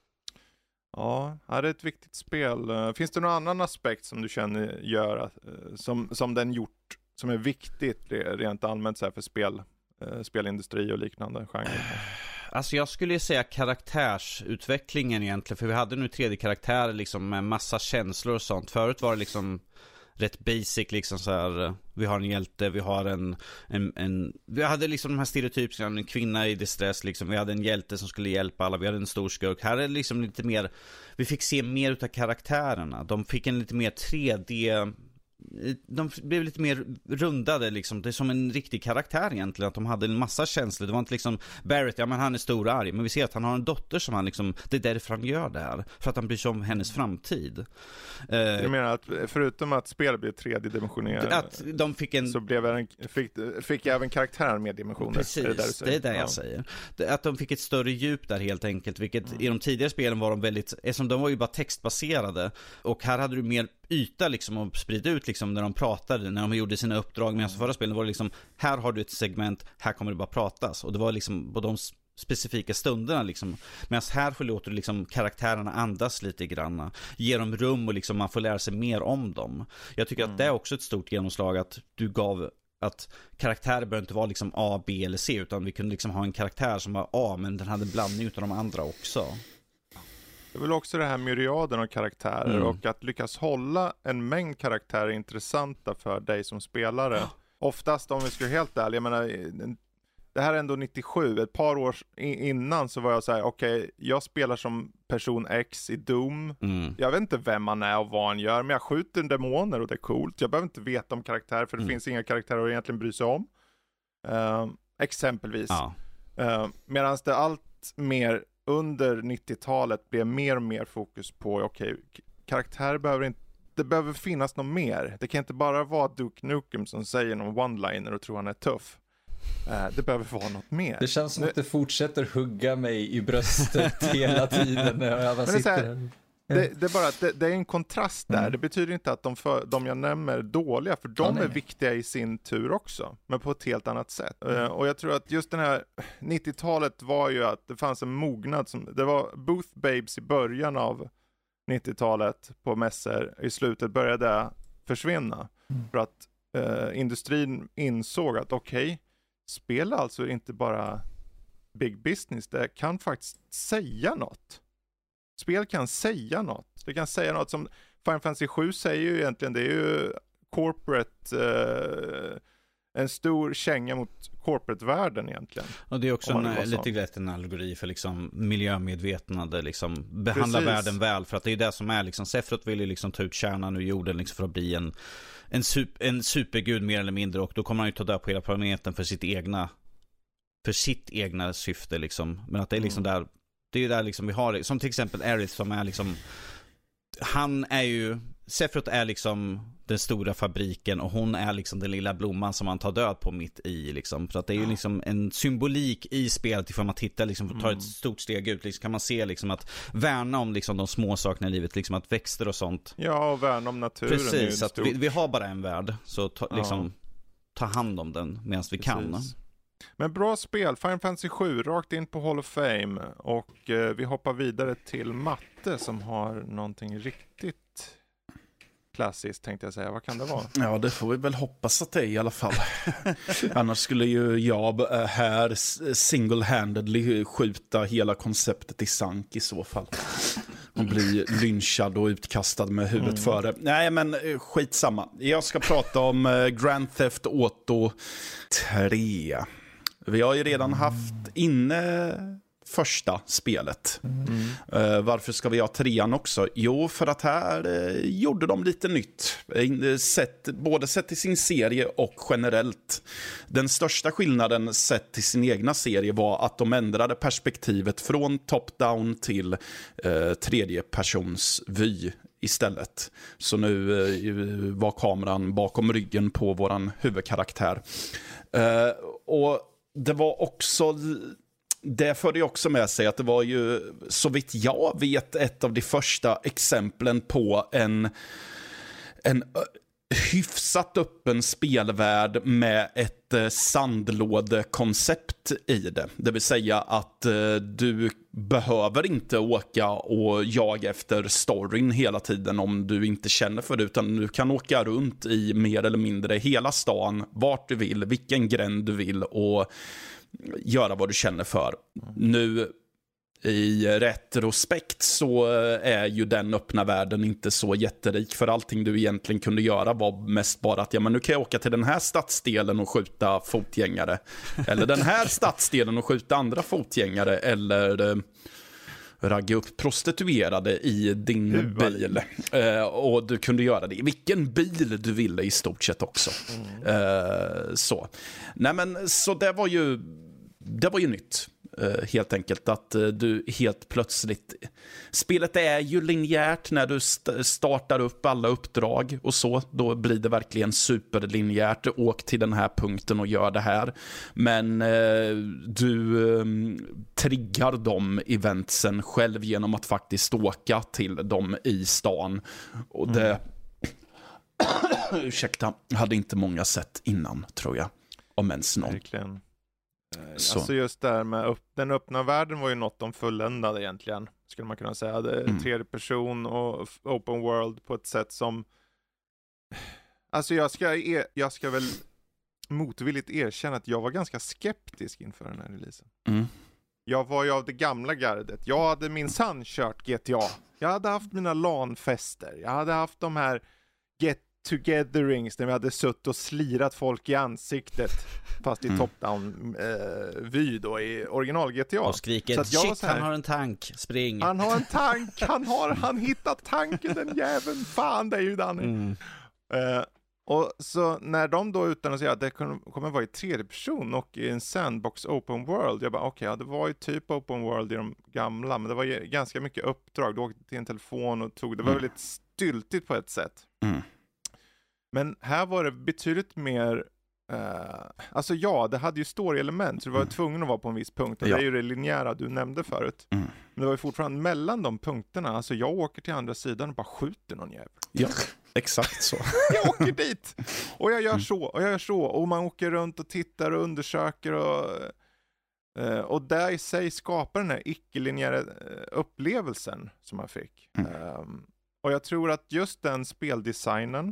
Ja, det är ett viktigt spel. Finns det någon annan aspekt som du känner gör att, som, som den gjort, som är viktigt rent allmänt så här för spel, spelindustri och liknande genre? Alltså jag skulle ju säga karaktärsutvecklingen egentligen, för vi hade nu tredje karaktärer liksom med massa känslor och sånt. Förut var det liksom rätt basic liksom så här, vi har en hjälte, vi har en, en, en vi hade liksom de här stereotyperna, en kvinna i distress liksom, vi hade en hjälte som skulle hjälpa alla, vi hade en stor skurk. Här är det liksom lite mer, vi fick se mer utav karaktärerna. De fick en lite mer tre D, de blev lite mer rundade liksom. Det är som en riktig karaktär egentligen, att de hade en massa känslor. Det var inte liksom Barrett, ja men han är stor och arg, men vi ser att han har en dotter som han liksom, det är därför han gör det här, för att han bryr sig om hennes framtid. Du menar att förutom att spelet blev tredimensionerat, att de fick en, så blev en, fick, fick även karaktären med dimensioner? precis, är det, där det är det jag ja. säger. Att de fick ett större djup där helt enkelt, vilket mm. i de tidigare spelen var de väldigt, eftersom de var ju bara textbaserade, och här hade du mer yta liksom att sprida ut liksom när de pratade, när de gjorde sina uppdrag. Medan förra spelen var det liksom, här har du ett segment, här kommer det bara pratas, och det var liksom på de specifika stunderna liksom. Medan här får låter liksom karaktärerna andas lite grann, ge dem rum och liksom man får lära sig mer om dem. Jag tycker mm. att det är också ett stort genomslag, att du gav att karaktärer bör inte vara liksom A, B eller C, utan vi kunde liksom ha en karaktär som var A, men den hade en blandning utav de andra också. Det är väl också det här myriaden av karaktärer mm. och att lyckas hålla en mängd karaktärer intressanta för dig som spelare. Ja. Oftast, om vi ska vara helt ärliga, jag menar, det här är ändå nittiosju, ett par år innan så var jag så här: okej, okay, jag spelar som person X i Doom. Mm. Jag vet inte vem man är och vad han gör, men jag skjuter demoner och det är coolt. Jag behöver inte veta om karaktärer, för det mm. finns inga karaktärer att egentligen bry sig om. Uh, exempelvis. Ja. Uh, Medan det allt mer under nittiotalet blev mer och mer fokus på, okej, okay, karaktärer behöver inte, det behöver finnas något mer. Det kan inte bara vara Duke Nukem som säger någon one-liner och tror han är tuff. Uh, det behöver vara något mer. Det känns som det... att det fortsätter hugga mig i bröstet hela tiden när jag bara sitter här. Det, det är bara det, det är en kontrast där. Mm. Det betyder inte att de, för, de jag nämner är dåliga, för de ja, nej, är nej. viktiga i sin tur också, men på ett helt annat sätt. Mm. Uh, och jag tror att just den här nittiotalet var ju att det fanns en mognad som, det var Booth Babes i början av nittiotalet på mässor, i slutet började det försvinna. Mm. För att uh, industrin insåg att okej, okay, spel alltså inte bara big business, det kan faktiskt säga något. Spel kan säga något. Det kan säga något som Final Fantasy sju säger ju egentligen. Det är ju corporate, eh, en stor känga mot corporate-världen egentligen. Och det är också en, lite rätt en allegori för liksom miljömedvetnade, liksom behandla Precis. världen väl, för att det är det som är liksom, Sephiroth vill ju liksom ta ut kärnan ur jorden liksom för att bli en, en, super, en supergud mer eller mindre, och då kommer han ju ta död på hela planeten för sitt egna för sitt egna syfte liksom. Men att det är liksom mm. där, det är ju där liksom vi har, som till exempel Aerith som är liksom, han är ju, Sephiroth är liksom den stora fabriken och hon är liksom den lilla blomman som man tar död på mitt i liksom. För att det är ju liksom en symbolik i spelet, ifall man tittar liksom, för tar ett stort steg ut liksom, kan man se liksom att värna om liksom de små sakerna i livet, liksom att växter och sånt. Ja, och värna om naturen. Precis, att vi, vi har bara en värld, så ta, liksom ja. ta hand om den medan vi Precis. kan. Men bra spel, Final Fantasy sju, rakt in på Hall of Fame. Och eh, vi hoppar vidare till Matte som har någonting riktigt klassiskt, tänkte jag säga. Vad kan det vara? Ja, det får vi väl hoppas att det är i alla fall. Annars skulle ju jag här single-handedly skjuta hela konceptet i sank i så fall. Och bli lynchad och utkastad med huvudet mm. före. Nej, men skitsamma. Jag ska prata om Grand Theft Auto tre. Vi har ju redan haft inne första spelet. Mm. Uh, varför ska vi ha trean också? Jo, för att här uh, gjorde de lite nytt. Uh, sett, både sett till sin serie och generellt. Den största skillnaden sett till sin egna serie var att de ändrade perspektivet från top-down till uh, tredje persons vy istället. Så nu uh, var kameran bakom ryggen på våran huvudkaraktär. Uh, och det var också... Det förde ju också med sig att det var ju, så vitt jag vet, ett av de första exemplen på en, en hyfsat öppen spelvärld med ett eh, sandlådekoncept i det. Det vill säga att eh, du behöver inte åka och jaga efter storyn hela tiden om du inte känner för det, utan du kan åka runt i mer eller mindre hela stan, vart du vill, vilken gränd du vill och göra vad du känner för. Nu i retrospekt så är ju den öppna världen inte så jätterik, för allting du egentligen kunde göra var mest bara att ja, men nu kan jag åka till den här stadsdelen och skjuta fotgängare eller den här stadsdelen och skjuta andra fotgängare eller eh, ragga upp prostituerade i din Hur, bil eh, och du kunde göra det i vilken bil du ville i stort sett också. Mm. Eh, så. Nej men så det var ju det var ju nytt. Uh, helt enkelt att uh, du helt plötsligt... Spelet är ju linjärt när du st- startar upp alla uppdrag och så. Då blir det verkligen superlinjärt. Åk till den här punkten och gör det här. Men uh, du um, triggar de eventsen själv genom att faktiskt åka till dem i stan. Och det... Mm. Ursäkta, hade inte många sett innan, tror jag. Om ens någon. Verkligen. Så. Alltså just där med upp, den öppna världen var ju något de fulländade egentligen, skulle man kunna säga. Det är mm. tredje person och open world på ett sätt som... Alltså jag ska, er, jag ska väl motvilligt erkänna att jag var ganska skeptisk inför den här releasen. Mm. Jag var ju av det gamla gardet. Jag hade minsann kört G T A. Jag hade haft mina LAN-fester. Jag hade haft de här get togetherings när vi hade suttit och slirat folk i ansiktet fast i mm. top-down-vy eh, då i original G T A. Och skriker, shit, här, han har en tank, spring. Han har en tank, han har han hittat tanken, den jäveln, fan det är ju Danny. Mm. Eh, och så när de då utan att säga att det kommer vara i tredje person och i en sandbox open world, jag bara okej, okay, ja, det var ju typ open world i de gamla, men det var ju ganska mycket uppdrag. Du åkte till en telefon och tog, det var mm. väldigt styltigt på ett sätt. Mm. Men här var det betydligt mer uh, alltså ja, det hade ju story-element, så du var mm. tvungen att vara på en viss punkt. Och ja. Det är ju det linjära du nämnde förut. Mm. Men det var ju fortfarande mellan de punkterna. Alltså jag åker till andra sidan och bara skjuter någon jävel. Ja, exakt så. Jag åker dit! Och jag gör mm. så, och jag gör så. Och man åker runt och tittar och undersöker och... Uh, och där i sig skapar den här icke-linjära uh, upplevelsen som man fick. Mm. Um, och jag tror att just den speldesignen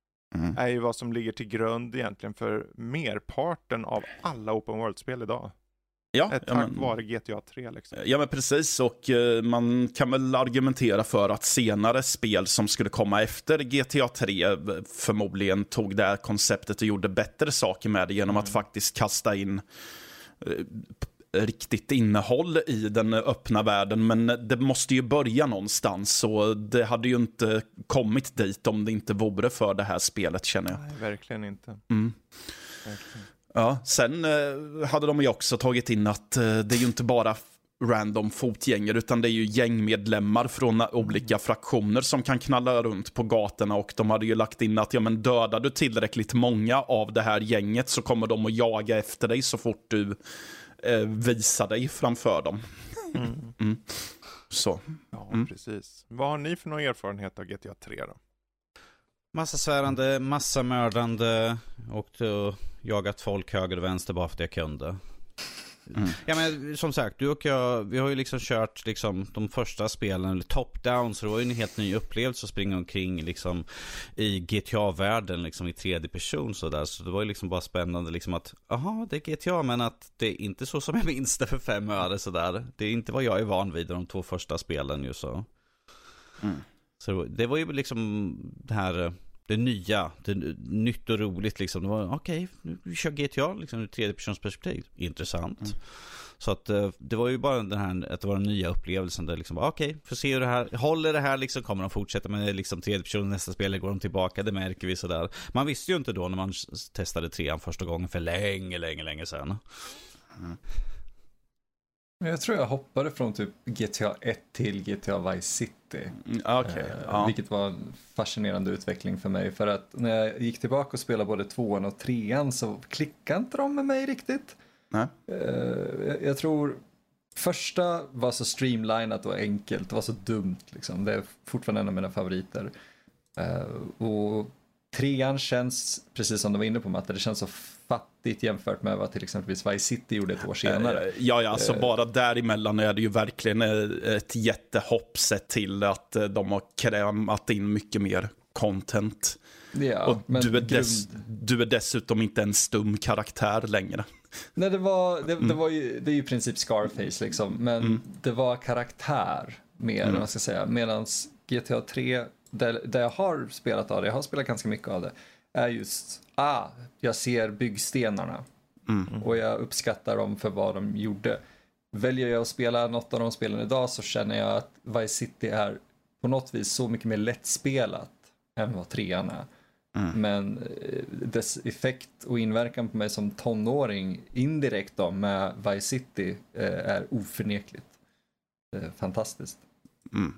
Mm. är ju vad som ligger till grund egentligen för merparten av alla open world-spel idag. Ja, Ett ja, tack men, vare G T A tre liksom. Ja men precis, och uh, man kan väl argumentera för att senare spel som skulle komma efter G T A tre förmodligen tog det här konceptet och gjorde bättre saker med det genom mm. att faktiskt kasta in uh, riktigt innehåll i den öppna världen, men det måste ju börja någonstans, så det hade ju inte kommit dit om det inte vore för det här spelet, känner jag. Nej, verkligen inte. Mm. Verkligen. Ja, sen eh, hade de ju också tagit in att eh, det är ju inte bara random fotgängare, utan det är ju gängmedlemmar från olika fraktioner som kan knalla runt på gatorna, och de hade ju lagt in att ja, men dödar du tillräckligt många av det här gänget så kommer de att jaga efter dig så fort du eh, visar dig framför dem. Mm. Mm. Så. Ja, mm. precis. Vad har ni för någon erfarenhet av G T A tre då? Massa svärande, massa mördande, och jagat folk höger och vänster bara för att jag kunde. Mm. Ja, men som sagt, du och jag, vi har ju liksom kört liksom de första spelen top down, så det var ju en helt ny upplevelse att springa omkring liksom i G T A-världen liksom i tredje person så där, så det var ju liksom bara spännande liksom att aha, det är G T A, men att det är inte så som jag minns det för fem öre så där. Det är inte vad jag är van vid de två första spelen ju så. Mm. Så det var ju liksom det här, det nya, det nytt och roligt liksom. Det var okej, okay, nu kör G T A liksom ur tredje persons perspektiv. Intressant. Mm. Så att det var ju bara den här, att det var den nya upplevelsen där liksom, okej, okay, får se hur det här håller, det här liksom, kommer de fortsätta med liksom tredje person nästa spel, går de tillbaka, det märker vi sådär. Man visste ju inte då när man testade trean första gången för länge, länge, länge sedan. Mm. Jag tror jag hoppade från typ G T A ett till G T A Vice City. Mm, okay, eh, ja. Vilket var en fascinerande utveckling för mig. För att när jag gick tillbaka och spelade både tvåan och trean så klickade inte de med mig riktigt. Nej. Eh, jag, jag tror första var så streamlinat och enkelt. Det var så dumt liksom. Det är fortfarande en av mina favoriter. Eh, och trean känns, precis som du var inne på Matte, det känns så fattigt jämfört med vad till exempelvis Vice City gjorde ett år senare. Ja, ja, alltså bara däremellan är det ju verkligen ett jättehopp sett till att de har krämat in mycket mer content. Ja, och men du är, grund... dess, du är dessutom inte en stum karaktär längre. Nej, det var, det, mm. det var ju, det är ju i princip Scarface liksom, men mm. det var karaktär mer, mm. man ska säga, medans G T A tre, där, där jag har spelat av det, jag har spelat ganska mycket av det, är just, ah, jag ser byggstenarna mm. och jag uppskattar dem för vad de gjorde. Väljer jag att spela något av de spelen idag så känner jag att Vice City är på något vis så mycket mer lättspelat än vad trean är. Mm. Men dess effekt och inverkan på mig som tonåring indirekt då med Vice City eh, är oförnekligt. Eh, fantastiskt. Mm.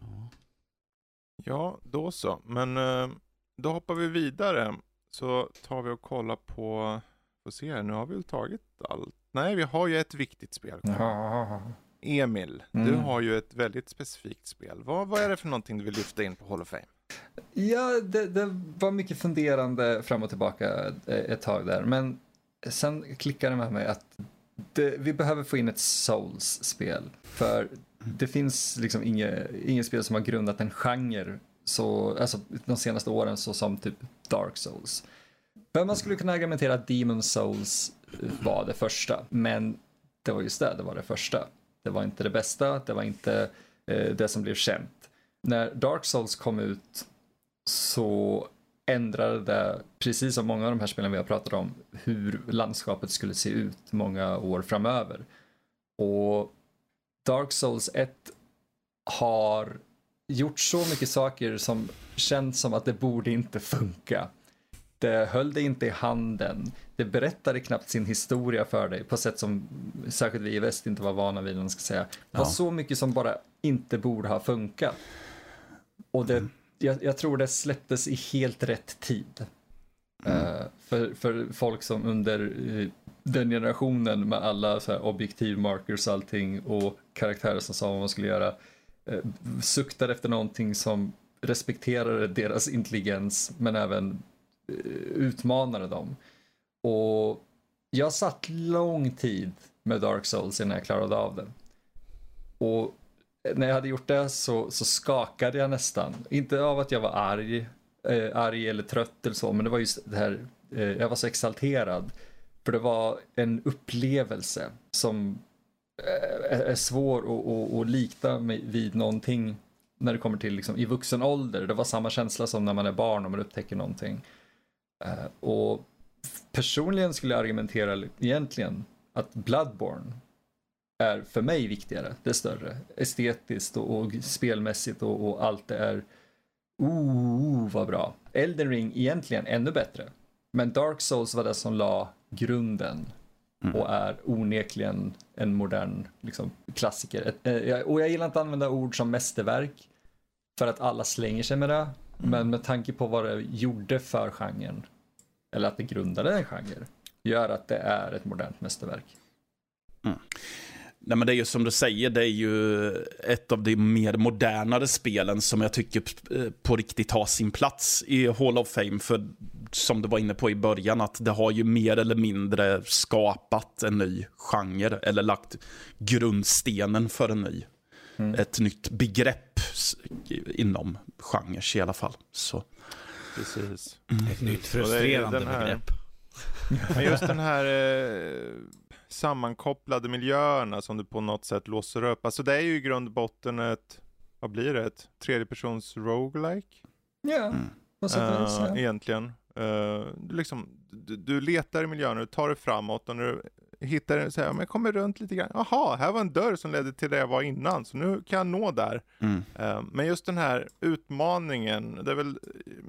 Ja, då så. Men eh, då hoppar vi vidare. Så tar vi och kollar på, får se här, nu har vi väl tagit allt. Nej, vi har ju ett viktigt spel. Ja. Emil, mm. du har ju ett väldigt specifikt spel. Vad, vad är det för någonting du vill lyfta in på Hall of Fame? Ja, det, det var mycket funderande fram och tillbaka ett tag där. Men sen klickade det med mig att det, vi behöver få in ett Souls-spel. För det finns liksom inget, inget spel som har grundat en genre så, alltså de senaste åren så som typ Dark Souls. Men man skulle kunna argumentera att Demon Souls var det första. Men det var just det, det var det första. Det var inte det bästa, det var inte eh, det som blev känt. När Dark Souls kom ut så ändrade det, precis som många av de här spelen vi har pratat om, hur landskapet skulle se ut många år framöver. Och Dark Souls ett har gjort så mycket saker som känns som att det borde inte funka. Det höll det inte i handen. Det berättade knappt sin historia för dig på sätt som särskilt vi i väst inte var vana vid, man ska säga. Det var ja. så mycket som bara inte borde ha funkat. Och det, mm. jag, jag tror det släpptes i helt rätt tid. Mm. Uh, för, för folk som under uh, den generationen med alla så här objektiv markers och allting och karaktärer som sa vad man skulle göra uh, suktade efter någonting som respekterade deras intelligens men även uh, utmanade dem. Och jag satt lång tid med Dark Souls innan jag klarade av det. Och när jag hade gjort det så, så skakade jag nästan. Inte av att jag var arg, eh, arg eller trött eller så, men det var just det här, eh, jag var så exalterad. För det var en upplevelse som eh, är svår att, att, att likna mig vid någonting när det kommer till liksom, i vuxen ålder. Det var samma känsla som när man är barn och man upptäcker någonting. Eh, och personligen skulle jag argumentera egentligen att Bloodborne är för mig viktigare, det är större, estetiskt och, och spelmässigt och, och allt det är oh, vad bra. Elden Ring egentligen ännu bättre, men Dark Souls var det som la grunden mm. och är onekligen en modern liksom, klassiker. Och jag gillar inte att använda ord som mästerverk för att alla slänger sig med det, mm. men med tanke på vad det gjorde för genren, eller att det grundade en genre, gör att det är ett modernt mästerverk. Mm. Nej, men det är ju som du säger, det är ju ett av de mer modernare spelen som jag tycker på riktigt har sin plats i Hall of Fame. För som du var inne på i början, att det har ju mer eller mindre skapat en ny genre eller lagt grundstenen för en ny. Mm. Ett nytt begrepp inom genrer i alla fall. Så. Precis. Mm. Ett nytt frustrerande här, begrepp. Men just den här eh, sammankopplade miljöerna som du på något sätt låser upp. Alltså det är ju i grund och botten ett, vad blir det? Ett tredjepersons roguelike? Ja, mm. vad säger uh, ja. Egentligen. Uh, du, liksom, du, du letar i miljön och du tar dig framåt och när du hittar den så här, men jag kommer runt lite grann. Jaha, här var en dörr som ledde till det jag var innan, så nu kan jag nå där. Mm. Uh, men just den här utmaningen, det är väl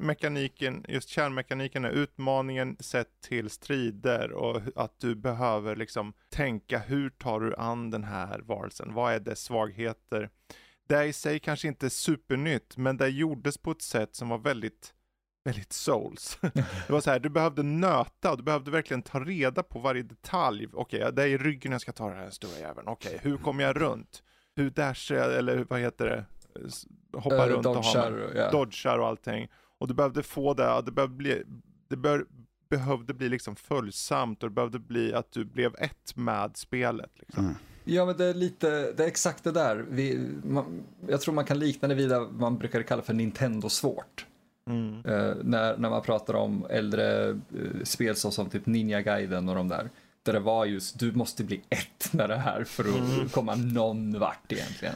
mekaniken, just kärnmekaniken är utmaningen sett till strider och att du behöver liksom tänka hur tar du an den här varelsen, vad är dess svagheter. Det i sig kanske inte är supernytt, men det gjordes på ett sätt som var väldigt väldigt Souls. Det var så här, du behövde nöta och du behövde verkligen ta reda på varje detalj. Okej, okay, det är i ryggen jag ska ta den här stora jäveln. Okej, okay, hur kommer jag runt? Hur dashar jag, eller vad heter det? Hoppar uh, runt och har yeah. dodgar och allting. Och du behövde få det, det behövde bli, det bör, behövde bli liksom följsamt och det behövde bli att du blev ett med spelet. Liksom. Mm. Ja, men det är lite, det är exakt det där. Vi, man, jag tror man kan likna det vid det man brukar kalla för Nintendo svårt. Mm. Uh, när, när man pratar om äldre uh, spel som typ Ninja Gaiden och de där. Där det var just, du måste bli ett med det här för att mm. komma någon vart egentligen.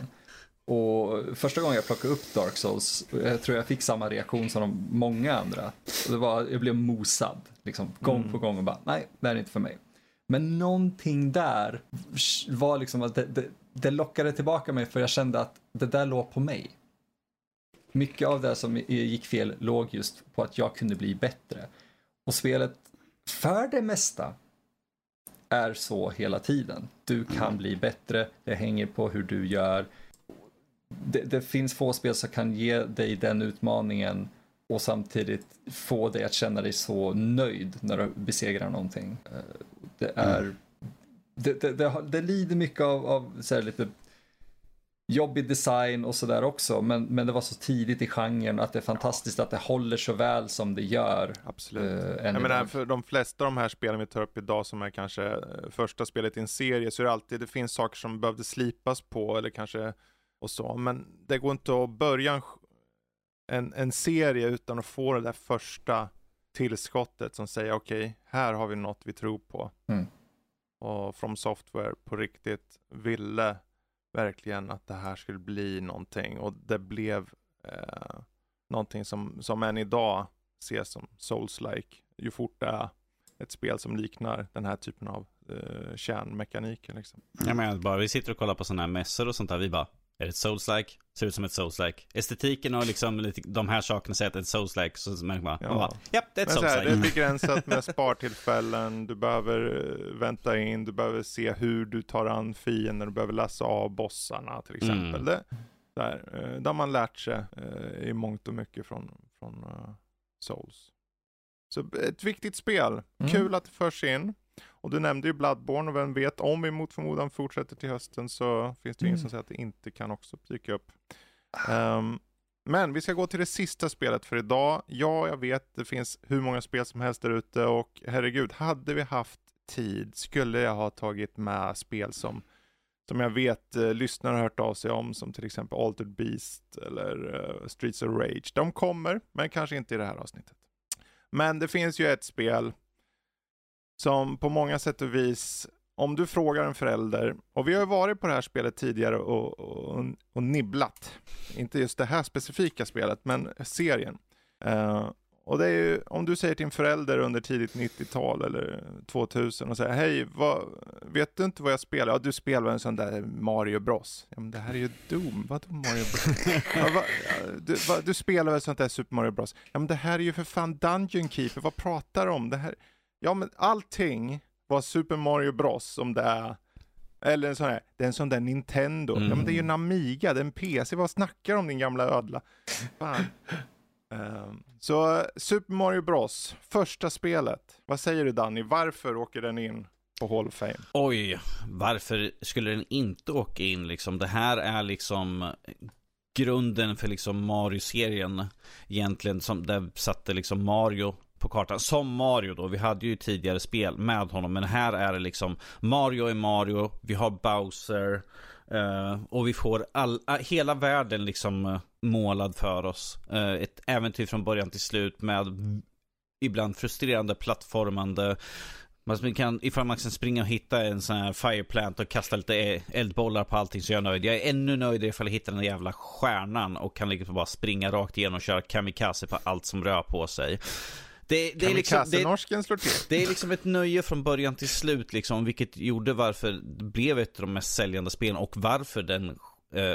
Och första gången jag plockade upp Dark Souls, jag tror jag fick samma reaktion som de många andra. Och det var, jag blev mosad liksom, gång mm. på gång och bara, nej, det är inte för mig. Men någonting där var liksom att det, det, det lockade tillbaka mig, för jag kände att det där låg på mig. Mycket av det som gick fel låg just på att jag kunde bli bättre. Och spelet för det mesta är så hela tiden. Du kan bli bättre, det hänger på hur du gör. Det, det finns få spel som kan ge dig den utmaningen och samtidigt få dig att känna dig så nöjd när du besegrar någonting. Det är mm. det, det, det, det lider mycket av, av så här lite jobbig design och sådär också, men, men det var så tidigt i genren att det är fantastiskt att det håller så väl som det gör. Absolut. Äh, jag menar, för de flesta av de här spelen vi tar upp idag som är kanske första spelet i en serie, så är det alltid, det finns saker som behövde slipas på eller kanske och så, men det går inte att börja en, en serie utan att få det där första tillskottet som säger okej, okay, här har vi något vi tror på. Mm. Och From Software på riktigt ville verkligen att det här skulle bli någonting, och det blev eh, någonting som, som än idag ses som Souls-like. Ju fort det är ett spel som liknar den här typen av eh, kärnmekaniken liksom. Jag menar bara, vi sitter och kollar på sådana här mässor och sånt där, vi bara, är det ett Souls-like? Ser ut som ett Souls-like. Estetiken och liksom lite, de här sakerna säger att det är ett Souls-like, så märker man, ja. man bara, japp, det är ett Souls-like. Det är begränsat med spartillfällen, du behöver vänta in, du behöver se hur du tar an fienden, du behöver läsa av bossarna till exempel. Mm. Det, där, där har man lärt sig i mångt och mycket från, från uh, Souls. Så ett viktigt spel, mm. kul att det förs in. Och du nämnde ju Bloodborne, och vem vet, om vi mot förmodan fortsätter till hösten så finns det mm. ingen som säger att det inte kan också dyka upp. Um, men vi ska gå till det sista spelet för idag. Ja, jag vet, det finns hur många spel som helst där ute, och herregud, hade vi haft tid skulle jag ha tagit med spel som, som jag vet eh, lyssnare har hört av sig om, som till exempel Altered Beast eller uh, Streets of Rage. De kommer, men kanske inte i det här avsnittet. Men det finns ju ett spel som på många sätt och vis, om du frågar en förälder, och vi har ju varit på det här spelet tidigare och, och, och nibblat, inte just det här specifika spelet, men serien. Uh, och det är ju, om du säger till en förälder under tidigt nittiotal eller tvåtusen och säger, hej, vad, vet du inte vad jag spelar? Ja, du spelar en sån där Mario Bros. Ja, men det här är ju Doom. Vadå Mario Bros? Ja, va, du, va, du spelar väl sånt där Super Mario Bros. Ja, men det här är ju för fan Dungeon Keeper. Vad pratar du om? Det här... Ja, men allting var Super Mario Bros. Om det är, eller en sån här, det är en sån där Nintendo. Mm. Ja, men det är ju en Amiga, det är en P C. Vad snackar om din gamla ödla? Fan. um, så Super Mario Bros. Första spelet. Vad säger du, Danny? Varför åker den in på Hall of Fame? Oj, varför skulle den inte åka in liksom? Det här är liksom grunden för liksom Mario-serien egentligen, som där satte liksom Mario på kartan, som Mario då. Vi hade ju tidigare spel med honom, men här är det liksom Mario är Mario, vi har Bowser uh, och vi får all, uh, hela världen liksom uh, målad för oss. Uh, ett äventyr från början till slut med ibland frustrerande plattformande. Man kan, ifall man kan springa och hitta en sån här fireplant och kasta lite eldbollar på allting, så jag är nöjd. Jag är ännu nöjd ifall jag hittar den jävla stjärnan och kan liksom bara springa rakt igenom och köra kamikaze på allt som rör på sig. Det, det, är liksom, det, slår till. det är liksom ett nöje från början till slut liksom, vilket gjorde varför det blev ett av de mest säljande spelen och varför den eh,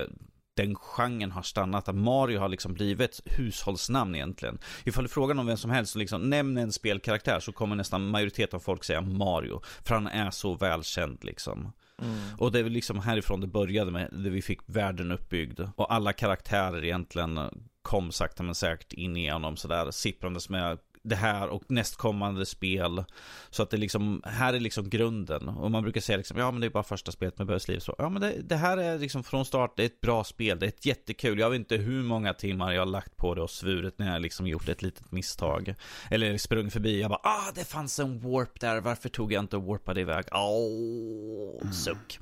den genren har stannat, att Mario har liksom blivit ett hushållsnamn egentligen. Ifall du frågar någon vem som helst så liksom, nämn en spelkaraktär, så kommer nästan majoriteten av folk säga Mario, för han är så välkänd liksom. Mm. Och det är väl liksom härifrån det började med, där vi fick världen uppbyggd och alla karaktärer egentligen kom sakta men säkert in i honom sådär, sipprandes med det här och nästkommande spel, så att det liksom, här är liksom grunden. Och man brukar säga liksom, ja men det är bara första spelet med Börjesliv, så ja men det, det här är liksom från start, det är ett bra spel, det är ett jättekul, jag vet inte hur många timmar jag har lagt på det och svurit när jag liksom gjort ett litet misstag eller sprungit förbi, jag bara, ah det fanns en warp där, varför tog jag inte och warpade iväg? Åh, oh, suck.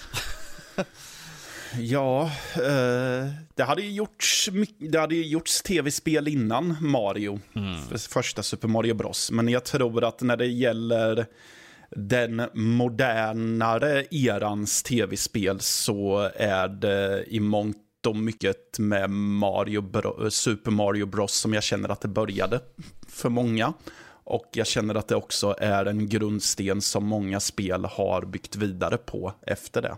Ja, eh, det hade ju gjorts det hade ju gjorts tv-spel innan Mario, mm. för första Super Mario Bros. Men jag tror att när det gäller den modernare erans tv-spel så är det i mångt och mycket med Mario Bro- Super Mario Bros som jag känner att det började för många. Och jag känner att det också är en grundsten som många spel har byggt vidare på efter det.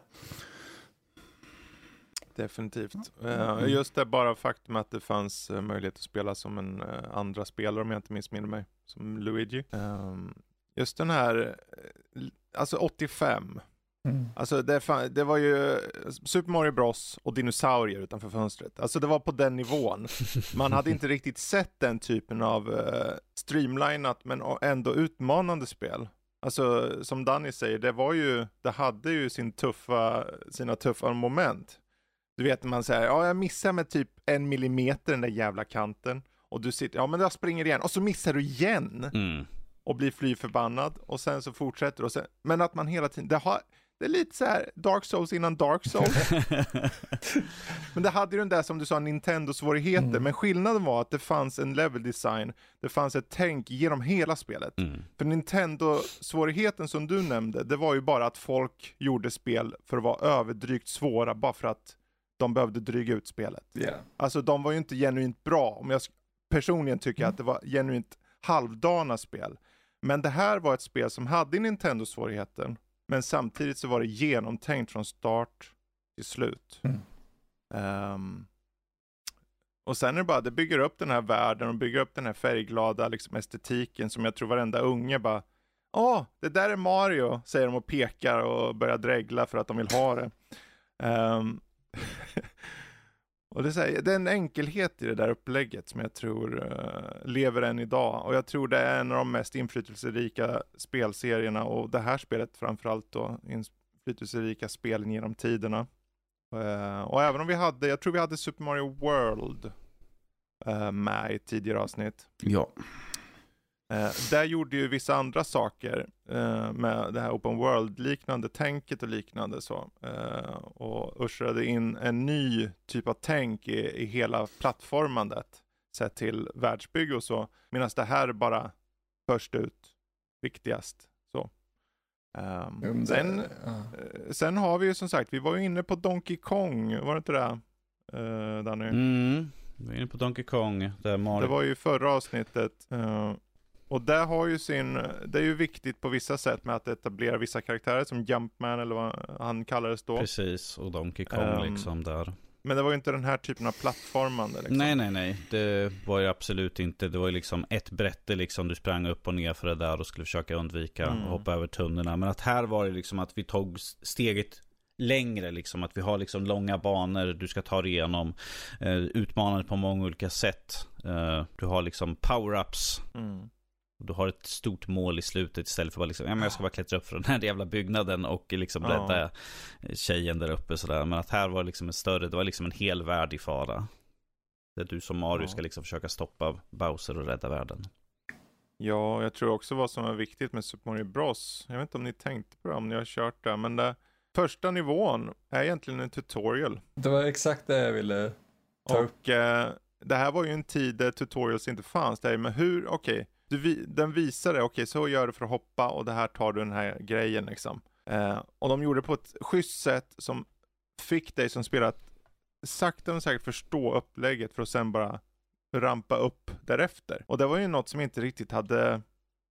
Definitivt. Mm. Just det bara faktum att det fanns möjlighet att spela som en andra spelare, om jag inte missminner mig, som Luigi. Just den här, alltså åttiofem. Mm. Alltså det, det var ju Super Mario Bros och dinosaurier utanför fönstret. Alltså det var på den nivån. Man hade inte riktigt sett den typen av uh, streamlinat men ändå utmanande spel. Alltså som Danny säger, det var ju, det hade ju sin tuffa, sina tuffa moment. Du vet när man säger, ja jag missar med typ en millimeter den där jävla kanten. Och du sitter, ja men jag springer igen. Och så missar du igen. Mm. Och blir fly förbannad. Och sen så fortsätter och sen, men att man hela tiden, det, har, det är lite så här Dark Souls innan Dark Souls. Men det hade ju den där som du sa, Nintendo-svårigheter. Mm. Men skillnaden var att det fanns en level design. Det fanns ett tänk genom hela spelet. Mm. För Nintendo-svårigheten som du nämnde, det var ju bara att folk gjorde spel för att vara överdrygt svåra. Bara för att de behövde dryga ut spelet. Yeah. Alltså de var ju inte genuint bra. Om jag personligen tycker mm. att det var genuint halvdana spel. Men det här var ett spel som hade Nintendo-svårigheten. Men samtidigt så var det genomtänkt från start till slut. Mm. Um, och sen är det bara, det bygger upp den här världen och bygger upp den här färgglada liksom, estetiken som jag tror varenda unge bara, åh, det där är Mario, säger de och pekar och börjar dregla för att de vill ha det. Um, och det är, så här, det är en enkelhet i det där upplägget som jag tror uh, lever än idag. Och jag tror det är en av de mest inflytelserika spelserierna. Och det här spelet framförallt då, inflytelserika spelen genom tiderna. Uh, och även om vi hade, jag tror vi hade Super Mario World uh, med i ett tidigare avsnitt. Ja. Uh, där gjorde ju vissa andra saker uh, med det här open world-liknande tänket och liknande så. Uh, och ushrade in en ny typ av tänk i, i hela plattformandet sett till världsbygg och så. Medan det här är bara först ut, viktigast. Så. Um, mm, sen, uh. sen har vi ju som sagt, vi var ju inne på Donkey Kong, var det inte det, uh, Danny? Mm, vi var inne på Donkey Kong. Där Mario... Det var ju förra avsnittet. Uh, Och det har ju sin, det är ju viktigt på vissa sätt med att etablera vissa karaktärer som Jumpman eller vad han kallades då. Precis, och Donkey Kong um, liksom där. Men det var ju inte den här typen av plattformande liksom. Nej, nej, nej. Det var ju absolut inte. Det var ju liksom ett brätte liksom. Du sprang upp och ner för det där och skulle försöka undvika mm. och hoppa över tunnorna. Men att här var det liksom att vi tog steget längre liksom, att vi har liksom långa banor du ska ta dig igenom, eh, utmanande på många olika sätt. Eh, du har liksom power-ups. Mm. Du har ett stort mål i slutet istället för bara liksom, ja men jag ska bara klättra upp för den här jävla byggnaden och liksom rädda ja. tjejen där uppe sådär. Men att här var liksom en större, det var liksom en hel värld i fara. Där du som Mario ja. ska liksom försöka stoppa Bowser och rädda världen. Ja, jag tror också vad som är viktigt med Super Mario Bros. Jag vet inte om ni tänkte på det, om ni har kört det, men det första nivån är egentligen en tutorial. Det var exakt det jag ville ta upp. Och eh, det här var ju en tid där tutorials inte fanns. Det är med hur, okej. Okay, Du, den visade, okej okay, så gör du för att hoppa och det här tar du den här grejen liksom. Eh, och de gjorde det på ett schysst sätt som fick dig som spelar att sakta men säkert förstå upplägget för att sen bara rampa upp därefter. Och det var ju något som inte riktigt hade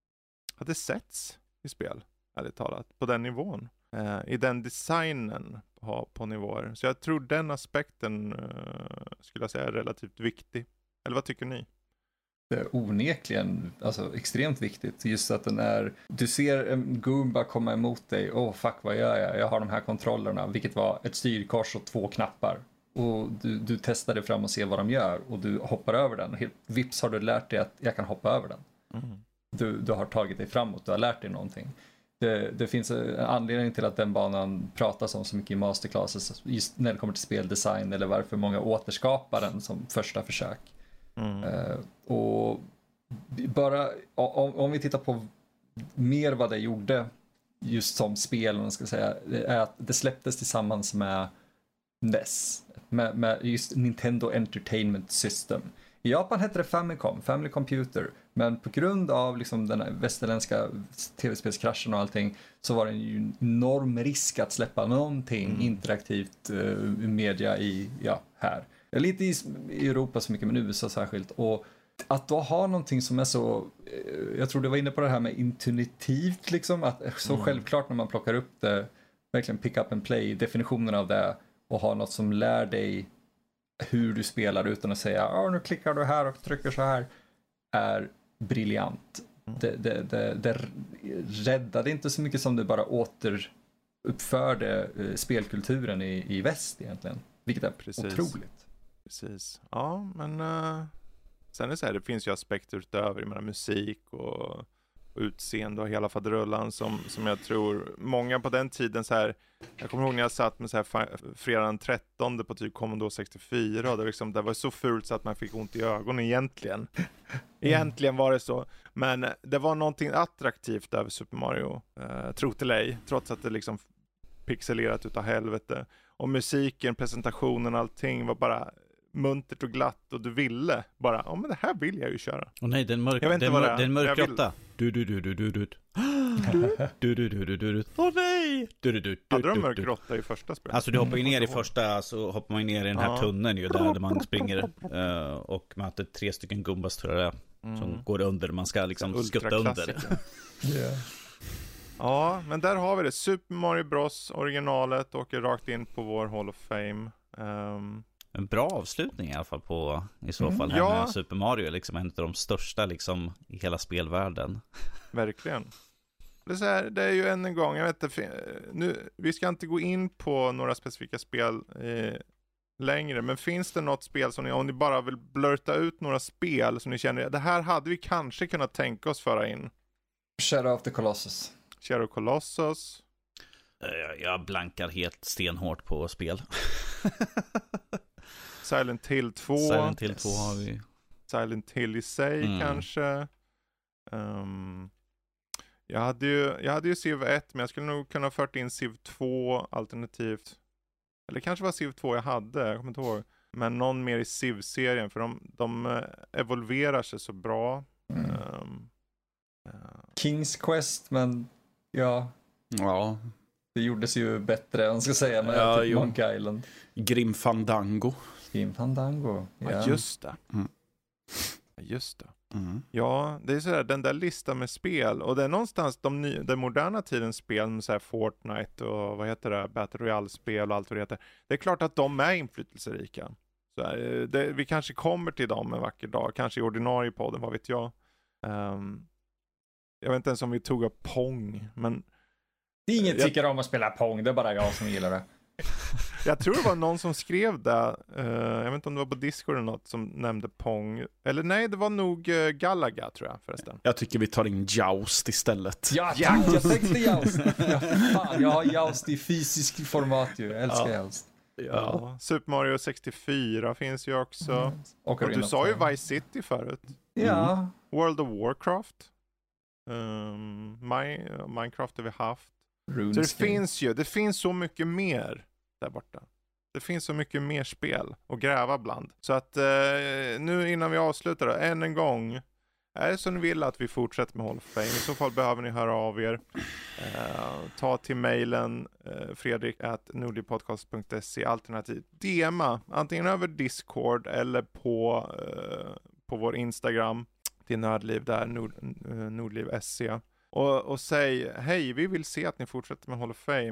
hade setts i spel, ärligt talat, på den nivån. Eh, I den designen ha på nivåer. Så jag tror den aspekten uh, skulle jag säga är relativt viktig. Eller vad tycker ni? Det är onekligen alltså, extremt viktigt. Just att den är, du ser en Goomba komma emot dig. Åh oh, fuck, vad gör jag? Jag har de här kontrollerna. Vilket var ett styrkors och två knappar. Och du, du testar dig fram och ser vad de gör. Och du hoppar över den. Helt, vips har du lärt dig att jag kan hoppa över den. Mm. Du, du har tagit dig framåt. Du har lärt dig någonting. Det, det finns en anledning till att den banan pratas om så mycket i masterclasses. Just när det kommer till speldesign. Eller varför många återskapar den som första försök. Mm. Uh, och bara om, om vi tittar på mer vad det gjorde just som spel, om man ska säga, är att det släpptes tillsammans med N E S, med, med just Nintendo Entertainment System. I Japan hette det Famicom, Family Computer, men på grund av liksom den västerländska tv-spelskraschen och allting så var det ju en enorm risk att släppa någonting mm. interaktivt uh, media i, ja, här. Lite i, i Europa så mycket, men U S A särskilt. Och att då ha någonting som är så, jag tror du var inne på det här med intuitivt liksom, att så mm. självklart när man plockar upp det, verkligen pick up and play, definitionen av det och ha något som lär dig hur du spelar utan att säga, ja nu klickar du här och trycker så här, är briljant. Mm. Det, det, det, det räddade inte så mycket som det bara återuppförde spelkulturen i, i väst egentligen, vilket är Precis. otroligt. Precis. Ja, men uh, sen är det så här, det finns ju aspekter utöver, jag menar, musik och, och utseende och hela faderullan som, som jag tror många på den tiden så här, jag kommer ihåg när jag satt med så här fredag den trettonde på typ Commodore sextiofyra och det, liksom, det var så fult så att man fick ont i ögonen egentligen. Egentligen var det så. Men det var någonting attraktivt över Super Mario, uh, tro till ej, trots att det liksom pixelerat utav helvete. Och musiken, presentationen, allting var bara muntert och glatt och du ville bara, ja men det här vill jag ju köra. Och nej, den mörk, den, mör, den mörk råtta. Du du du du du du. Du du du du du. Åh nej. Du du du. Hade de mörk råtta i första spelet? Alltså du hoppar ju ner i första, så hoppar man ner i den här ja. tunneln ju där, där man springer uh, och möter tre stycken gumbas tror jag mm. som går under, man ska liksom skutta under. Yeah. Ja, men där har vi det. Super Mario Bros. Originalet åker rakt in på vår Hall of Fame. Um... En bra avslutning i alla fall på i så fall här ja. med Super Mario, liksom en av de största liksom i hela spelvärlden. Verkligen. Det är, så här, det är ju än en gång, jag vet inte, nu, vi ska inte gå in på några specifika spel eh, längre, men finns det något spel som ni, om ni bara vill blurta ut några spel som ni känner, det här hade vi kanske kunnat tänka oss föra in? Shadow of the Colossus. Shadow Colossus. Jag blankar helt stenhårt på spel. Silent Hill två. Silent Hill två har vi. Silent Hill i sig mm. kanske. Um, jag hade ju jag hade ju Civ ett, men jag skulle nog kunna ha fört in Civ två alternativt. Eller kanske var Civ två jag hade, jag kommer inte ihåg. Men någon mer i Civ-serien, för de, de evolverar sig så bra. Mm. Um, uh. King's Quest, men ja. Ja. Det gjordes ju bättre, man ska säga, med ja, typ Monkey Island. Grim Fandango. Grim Fandango, ja. ja just det. Mm. Just det. Mm. Ja, det är sådär, den där listan med spel. Och det är någonstans de ny, den moderna tidens spel med så här Fortnite och vad heter det, Battle Royale-spel och allt vad det heter. Det är klart att de är inflytelserika. Så här, det, vi kanske kommer till dem en vacker dag. Kanske i ordinarie podden, vad vet jag. Um, jag vet inte ens om vi tog upp Pong, men... Ingen tycker jag... om att spela Pong, det är bara jag som gillar det. Jag tror det var någon som skrev det. Uh, jag vet inte om det var på Discord eller något som nämnde Pong. Eller nej, det var nog uh, Galaga tror jag förresten. Jag tycker vi tar in Joust istället. Ja, ja jag tänkte Joust. Ja, fan, jag har Joust i fysisk format ju. Jag älskar ja. Joust. Ja. Ja. Super Mario sextiofyra finns ju också. Mm. Och, och du sa ju Vice City förut. Ja. Mm. World of Warcraft. Um, My, Minecraft har vi haft. Så det finns ju, det finns så mycket mer där borta. Det finns så mycket mer spel att gräva bland. Så att eh, nu innan vi avslutar då, än en gång. Är det så ni vill att vi fortsätter med Hall of Fame? I så fall behöver ni höra av er. Eh, ta till mejlen eh, fredrik at nordlivpodcast punkt se alternativt D M-a antingen över Discord eller på, eh, på vår Instagram till Nördliv där, Nord, Nordliv punkt se. Och, och säg, hej, vi vill se att ni fortsätter med Hall of Fame.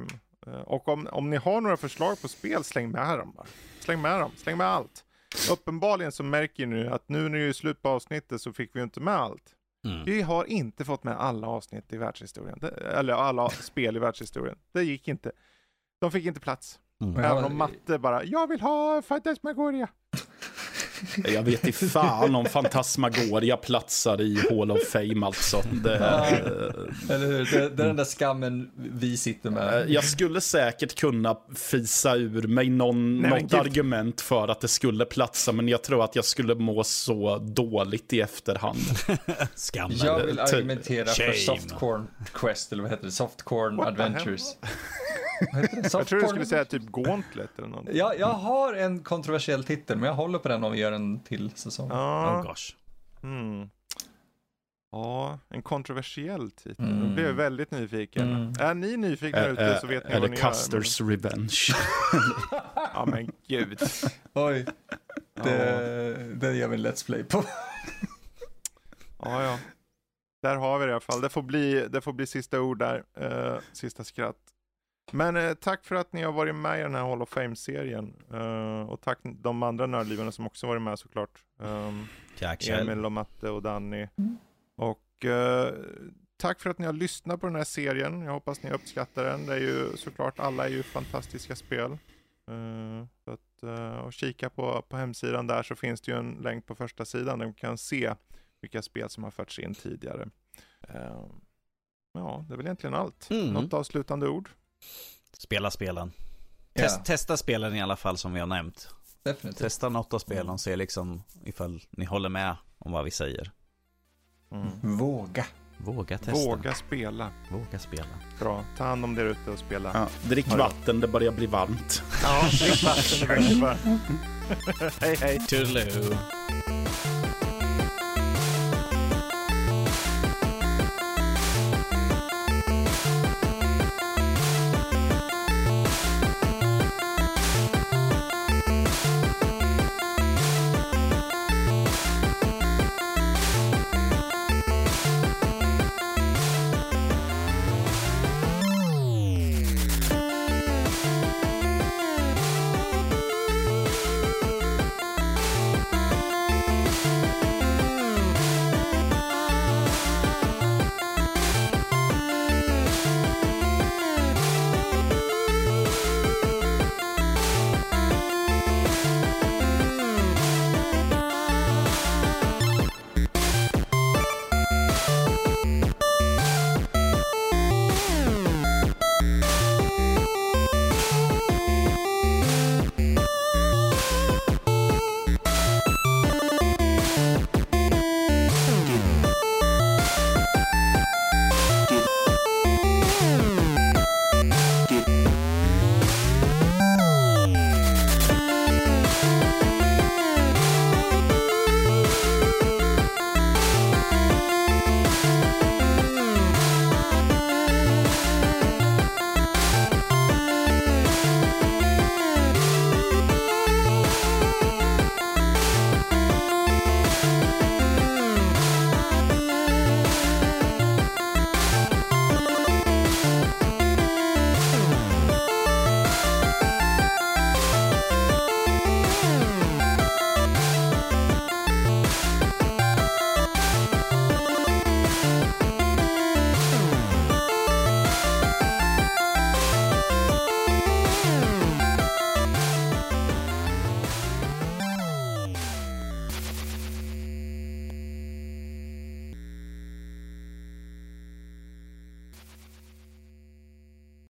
Och om, om ni har några förslag på spel, släng med dem bara. Släng med dem, släng med allt. Uppenbarligen så märker ni att nu när det är slut på avsnittet så fick vi inte med allt. Mm. Vi har inte fått med alla avsnitt i världshistorien. Det, eller alla spel i världshistorien. Det gick inte. De fick inte plats. Mm. Även om Matte bara, jag vill ha Phantasmagoria. Jag vet inte fan om Phantasmagoria platsar i Hall of Fame alltså. Det, ja, eller hur? Det, det är den där skammen vi sitter med. Jag skulle säkert kunna fisa ur mig någon, Nej, något argument för att det skulle platsa, men jag tror att jag skulle må så dåligt i efterhand. Skammen. Jag vill argumentera Shame. för Softcorn Quest, eller vad heter det? Softcorn What Adventures. Jag tror du skulle säga typ Gauntlet eller något. Ja, jag har en kontroversiell titel, men jag håller på den om vi gör en till säsong. Ja. Oh gosh. Mm. Ja, en kontroversiell titel. Mm. Då blir jag väldigt nyfiken. Mm. Är ni nyfikna ä- ute så vet ni vad ni gör. Eller Custer's men... Revenge. Ja men gud. Oj. Det, ja. det gör vi en Let's Play på. Ja, ja. Där har vi det i alla fall. Det får bli, det får bli sista ord där. Uh, sista skratt. Men eh, tack för att ni har varit med i den här Hall of Fame-serien. Uh, och tack de andra nördlivarna som också varit med såklart. Um, tack Emil och Matte och Danny. Mm. Och uh, tack för att ni har lyssnat på den här serien. Jag hoppas ni uppskattar den. Det är ju såklart, alla är ju fantastiska spel. Uh, så att, uh, och kika på, på hemsidan där så finns det ju en länk på första sidan där man kan se vilka spel som har förts in tidigare. Uh, ja, det är väl egentligen allt. Mm. Något avslutande ord? Spela spelen. Test, yeah. Testa spelen i alla fall som vi har nämnt. Definitivt. Testa något av spelen och se liksom ifall ni håller med om vad vi säger. Mm. Våga. Våga testa. Våga spela. Våga spela. Bra. Ta hand om det ute och spela. Ja, drick vatten, det börjar bli varmt. Ja, drick vatten, det börjar bli varmt. Hej hej. Toodaloo.